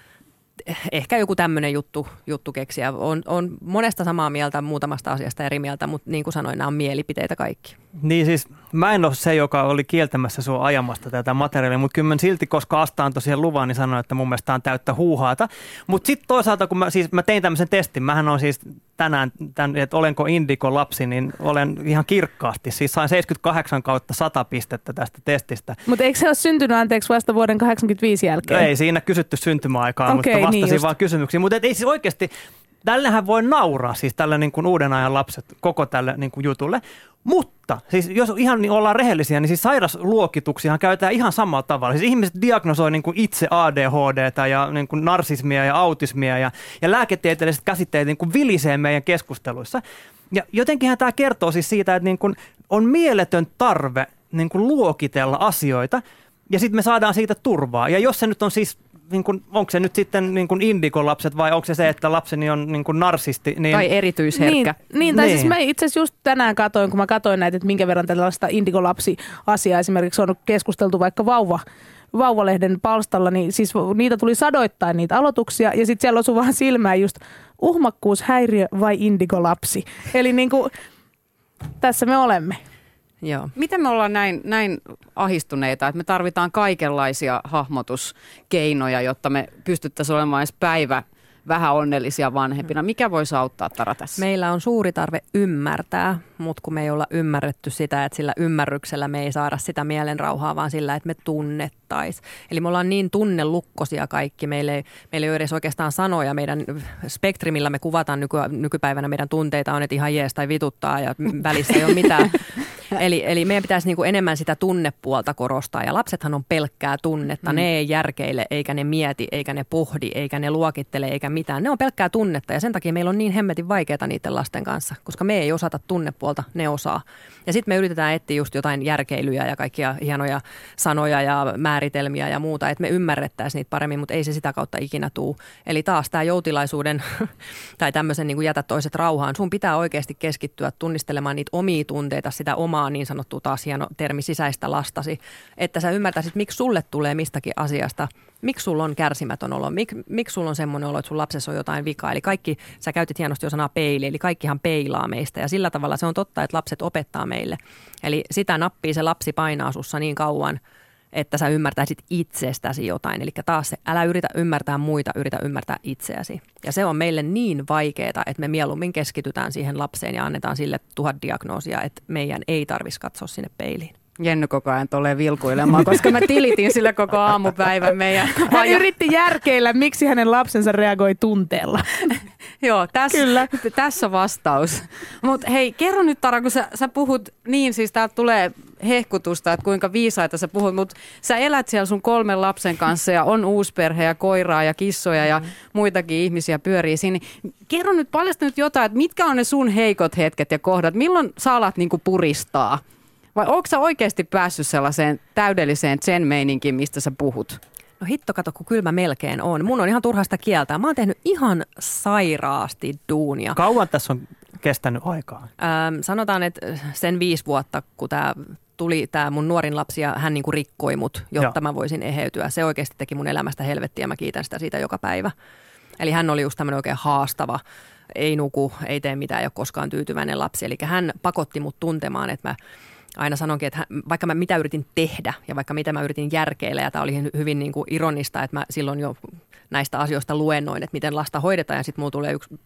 ehkä joku tämmöinen juttu, juttu keksiä. On, on monesta samaa mieltä, muutamasta asiasta eri mieltä, mutta niin kuin sanoin, nämä on mielipiteitä kaikki. Niin siis mä en ole se, joka oli kieltämässä sua ajamasta tätä materiaalia, mutta kyllä mä silti, koska Asta antoi siihen luvan, niin sanoin, että mun mielestä on täyttä huuhaata. Mutta sitten toisaalta, kun mä, siis mä tein tämmöisen testin, mähän on siis tänään, tämän, että olenko indigo-lapsi, niin olen ihan kirkkaasti. Siis sain seitsemänkymmentäkahdeksan kautta sata pistettä tästä testistä. Mutta eikö se ole syntynyt anteeksi vasta vuoden kahdeksankymmentäviisi jälkeen? No ei siinä kysytty syntymäaikaa, okay, mutta vastasin niin vaan kysymyksiin. Mutta ei siis oikeasti, tällähän voi nauraa siis tällä niin kuin uuden ajan lapset koko tälle niin kuin jutulle. Mutta siis jos ihan niin ollaan rehellisiä, niin siis sairasluokituksiahan käytetään ihan samalla tavalla. Siis ihmiset diagnosoi niin kuin itse A D H D:tä ja niin kuin narsismia ja autismia ja, ja lääketieteelliset käsitteet niin kuin vilisee meidän keskusteluissa. Ja jotenkinhän tämä kertoo siis siitä, että niin kuin on mieletön tarve niin kuin luokitella asioita ja sitten me saadaan siitä turvaa. Ja jos se nyt on siis niin kuin, onko se nyt sitten niin kuin indigo-lapset vai onko se se, että lapseni on niin kuin narsisti? Niin, tai erityisherkkä. Niin, niin tai niin. Siis mä itse asiassa just tänään katoin, kun mä katoin näitä, että minkä verran tällaista indigo-lapsi-asiaa esimerkiksi on keskusteltu vaikka vauva, vauvalehden palstalla, niin siis niitä tuli sadoittain niitä aloituksia ja sitten siellä osui vaan silmään just uhmakkuushäiriö vai indigo-lapsi. Eli niin kuin, tässä me olemme. Joo. Miten me ollaan näin, näin ahistuneita, että me tarvitaan kaikenlaisia hahmotuskeinoja, jotta me pystyttäisiin olemaan edes päivä vähän onnellisia vanhempina. Mikä voisi auttaa, Tara, tässä? Meillä on suuri tarve ymmärtää, mutta kun me ei olla ymmärretty sitä, että sillä ymmärryksellä me ei saada sitä mielenrauhaa, vaan sillä, että me tunnettaisiin. Eli me ollaan niin tunnelukkosia kaikki. Meillä ei, meillä ei ole edes oikeastaan sanoja. Meidän spektri, millä me kuvataan nyky, nykypäivänä meidän tunteita on, että ihan jees tai vituttaa ja välissä ei ole mitään. Eli, eli meidän pitäisi niinku enemmän sitä tunnepuolta korostaa. Ja lapsethan on pelkkää tunnetta. Mm. Ne ei järkeile, eikä ne mieti, eikä ne pohdi, eikä ne luokittele, eikä mitään. Ne on pelkkää tunnetta ja sen takia meillä on niin hemmetin vaikeaa niiden lasten kanssa, koska me ei osata tunnepuolta, ne osaa. Ja sitten me yritetään etsiä just jotain järkeilyjä ja kaikkia hienoja sanoja ja määritelmiä ja muuta, että me ymmärrettäisiin niitä paremmin, mutta ei se sitä kautta ikinä tuu. Eli taas tämä joutilaisuuden tai tämmöisen niin kuin jätä toiset rauhaan. Sun pitää oikeasti keskittyä tunnistelemaan niitä omia tunteita, sitä omaa niin sanottua taas hieno termi sisäistä lastasi, että sä ymmärtäisit, miksi sulle tulee mistäkin asiasta. Miksi sulla on kärsimätön olo? Mik, miksi sulla on semmoinen olo, että sun lapsessa on jotain vikaa? Eli kaikki, sä käytit hienosti jo sanaa peili, eli kaikkihan peilaa meistä ja sillä tavalla se on totta, että lapset opettaa meille. Eli sitä nappia se lapsi painaa sussa niin kauan, että sä ymmärtäisit itsestäsi jotain. Eli taas se, älä yritä ymmärtää muita, yritä ymmärtää itseäsi. Ja se on meille niin vaikeaa, että me mieluummin keskitytään siihen lapseen ja annetaan sille tuhat diagnoosia, että meidän ei tarvitsisi katsoa sinne peiliin. Jenny koko ajan tulee vilkuilemaan, koska mä tilitin sille koko aamupäivän meidän. Hän yritti järkeillä, miksi hänen lapsensa reagoi tunteella. Joo, tässä, tässä vastaus. Mutta hei, kerro nyt Tara, kun sä, sä puhut niin, siis täältä tulee hehkutusta, että kuinka viisaita sä puhut, mutta sä elät siellä sun kolmen lapsen kanssa ja on uusperhe ja koiraa ja kissoja ja muitakin ihmisiä pyörii siinä. Kerro nyt, paljasta nyt jotain, että mitkä on ne sun heikot hetket ja kohdat, milloin sä alat niinku puristaa? Vai ootko sä oikeasti päässyt sellaiseen täydelliseen zen-meininkiin, mistä sä puhut? No hitto, kato, kun kyllä mä melkein on. Mun on ihan turha sitä kieltää. Mä oon tehnyt ihan sairaasti duunia. Kauan tässä on kestänyt aikaa? Ähm, sanotaan, että sen viisi vuotta, kun tää tuli tämä mun nuorin lapsi ja hän niinku rikkoi mut, jotta Joo. mä voisin eheytyä. Se oikeasti teki mun elämästä helvettiä ja mä kiitän sitä siitä joka päivä. Eli hän oli just tämmöinen oikein haastava. Ei nuku, ei tee mitään, ei ole koskaan tyytyväinen lapsi. Eli hän pakotti mut tuntemaan, että mä aina sanonkin, että vaikka mä mitä yritin tehdä ja vaikka mitä mä yritin järkeillä, ja tämä oli hyvin niin kuin ironista, että mä silloin jo näistä asioista luennoin, että miten lasta hoidetaan, ja sitten mulla tulee yksi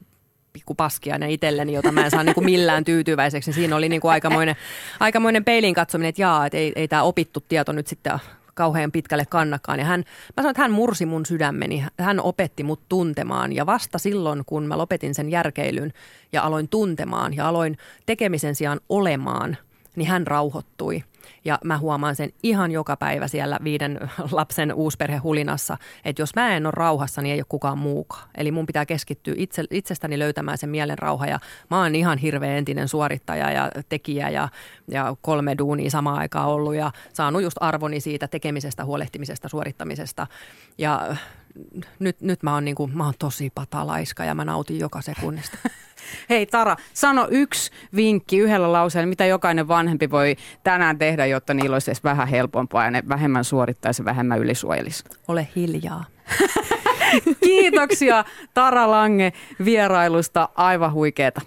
pikku paskiainen itselleni, jota mä en saa niin kuin millään tyytyväiseksi. Siinä oli niin kuin aikamoinen, aikamoinen peilin katsominen, että jaa, että ei, ei tämä opittu tieto nyt sitten kauhean pitkälle kannakaan. Ja hän, mä sanoin, että hän mursi mun sydämeni, hän opetti mut tuntemaan ja vasta silloin, kun mä lopetin sen järkeilyn ja aloin tuntemaan ja aloin tekemisen sijaan olemaan, niin hän rauhoittui. Ja mä huomaan sen ihan joka päivä siellä viiden lapsen uusperhehulinassa, että jos mä en ole rauhassa, niin ei ole kukaan muukaan. Eli mun pitää keskittyä itse, itsestäni löytämään sen mielen rauha. Ja mä oon ihan hirveä entinen suorittaja ja tekijä ja, ja kolme duunia samaan aikaan ollut ja saanut just arvoni siitä tekemisestä, huolehtimisesta, suorittamisesta. Ja nyt, nyt mä oon, niin kuin, mä oon tosi patalaiska ja mä nautin joka sekunnista. Hei Tara, sano yksi vinkki yhdellä lauseella, mitä jokainen vanhempi voi tänään tehdä, jotta niillä olisi edes vähän helpompaa ja ne vähemmän suorittaisi ja vähemmän ylisuojelisi. Ole hiljaa. Kiitoksia Tara Lange vierailusta, aivan huikeeta.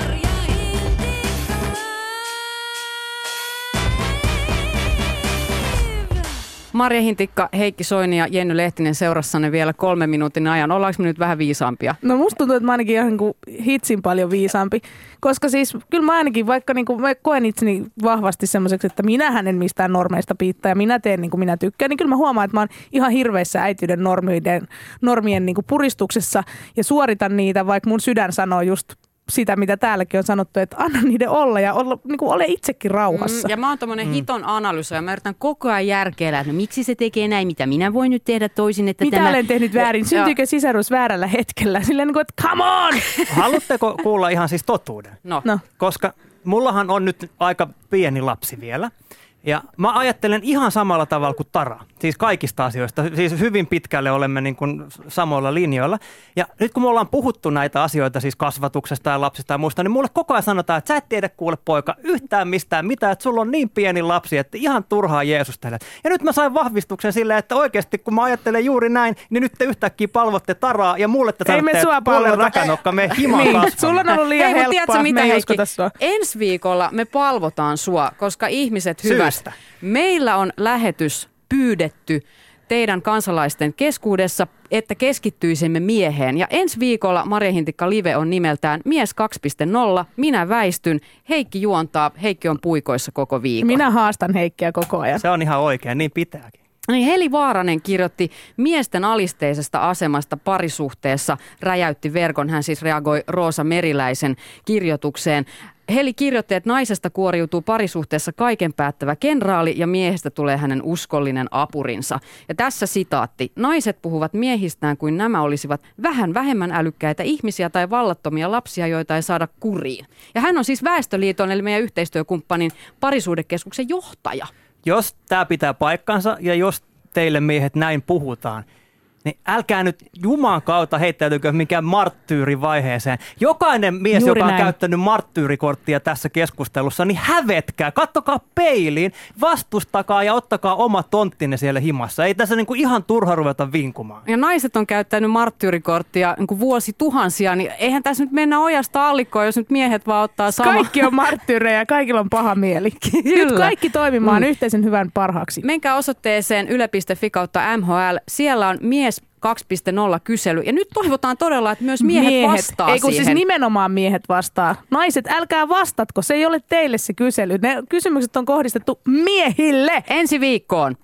Marja Hintikka, Heikki Soini ja Jenny Lehtinen seurassanne vielä kolmen minuutin ajan. Ollaanko me nyt vähän viisaampia? No musta tuntuu, että mä ainakin ihan niin hitsin paljon viisaampi. Koska siis kyllä mä ainakin, vaikka niin kuin mä koen itseni vahvasti semmoiseksi, että minähän en mistään normeista piittaa ja minä teen niin kuin minä tykkään, niin kyllä mä huomaan, että mä oon ihan hirveissä äityyden normien, normien niin kuin puristuksessa ja suoritan niitä, vaikka mun sydän sanoo just sitä, mitä täälläkin on sanottu, että anna niiden olla ja olla, niin kuin ole itsekin rauhassa. Mm, ja mä oon tommonen mm. hiton analyysoija. Mä yritän koko ajan järkeillä, että no miksi se tekee näin, mitä minä voin nyt tehdä toisin. Että mitä tämä... olen tehnyt väärin? Syntyykö sisarus väärällä hetkellä? Silleen niin kuin, että come on! Haluatteko kuulla ihan siis totuuden? No. no. Koska mullahan on nyt aika pieni lapsi vielä. Ja mä ajattelen ihan samalla tavalla kuin Tara, siis kaikista asioista, siis hyvin pitkälle olemme niin kuin samoilla linjoilla. Ja nyt kun me ollaan puhuttu näitä asioita, siis kasvatuksesta ja lapsista ja muista, niin mulle koko ajan sanotaan, että sä et tiedä kuule poika yhtään mistään mitään, että sulla on niin pieni lapsi, että ihan turhaa Jeesustella. Ja nyt mä sain vahvistuksen silleen, että oikeasti kun mä ajattelen juuri näin, niin nyt te yhtäkkiä palvotte Taraa ja mulle te sanotte, että puolen rakanokka me himaan niin, kasvamaan. sulla on ollut liian Hei, helppoa, tiedätkö, mitä, me ei Heikki? uskota sua. Ensi viikolla me palvotaan sua, koska ihmiset hyvät. Syystä. Meillä on lähetys pyydetty teidän kansalaisten keskuudessa, että keskittyisimme mieheen. Ja ensi viikolla Marja Hintikka Live on nimeltään Mies kaksi piste nolla. Minä väistyn. Heikki juontaa. Heikki on puikoissa koko viikon. Minä haastan Heikkiä koko ajan. Se on ihan oikein, niin pitääkin. Niin Heli Vaaranen kirjoitti miesten alisteisesta asemasta parisuhteessa, räjäytti verkon. Hän siis reagoi Roosa Meriläisen kirjoitukseen. Heli kirjoitti, että naisesta kuoriutuu parisuhteessa kaiken päättävä kenraali ja miehestä tulee hänen uskollinen apurinsa. Ja tässä sitaatti. Naiset puhuvat miehistään kuin nämä olisivat vähän vähemmän älykkäitä ihmisiä tai vallattomia lapsia, joita ei saada kuriin. Ja hän on siis Väestöliiton eli meidän yhteistyökumppanin parisuhdekeskuksen johtaja. Jos tämä pitää paikkansa ja jos teille miehet näin puhutaan, niin älkää nyt Jumalan kautta heittäytykö minkään marttyyrivaiheeseen. Jokainen mies, Juuri joka näin. on käyttänyt marttyyrikorttia tässä keskustelussa, niin hävetkää, kattokaa peiliin, vastustakaa ja ottakaa oma tonttinne siellä himassa. Ei tässä niinku ihan turha ruveta vinkumaan. Ja naiset on käyttänyt marttyyrikorttia niin kuin vuosituhansia, niin eihän tässä nyt mennä ojasta allikkoon, jos nyt miehet vaan ottaa sama. Kaikki on marttyyrejä, kaikilla on paha mieli. Kyllä. Nyt kaikki toimimaan Mm. yhteisen hyvän parhaaksi. Menkää osoitteeseen yle piste fi kautta M H L. Siellä on mies kaksi piste nolla kysely. Ja nyt toivotaan todella, että myös miehet, miehet. vastaa Ei kun siihen. siis nimenomaan miehet vastaa. Naiset, älkää vastatko. Se ei ole teille se kysely. Ne kysymykset on kohdistettu miehille. Ensi viikkoon.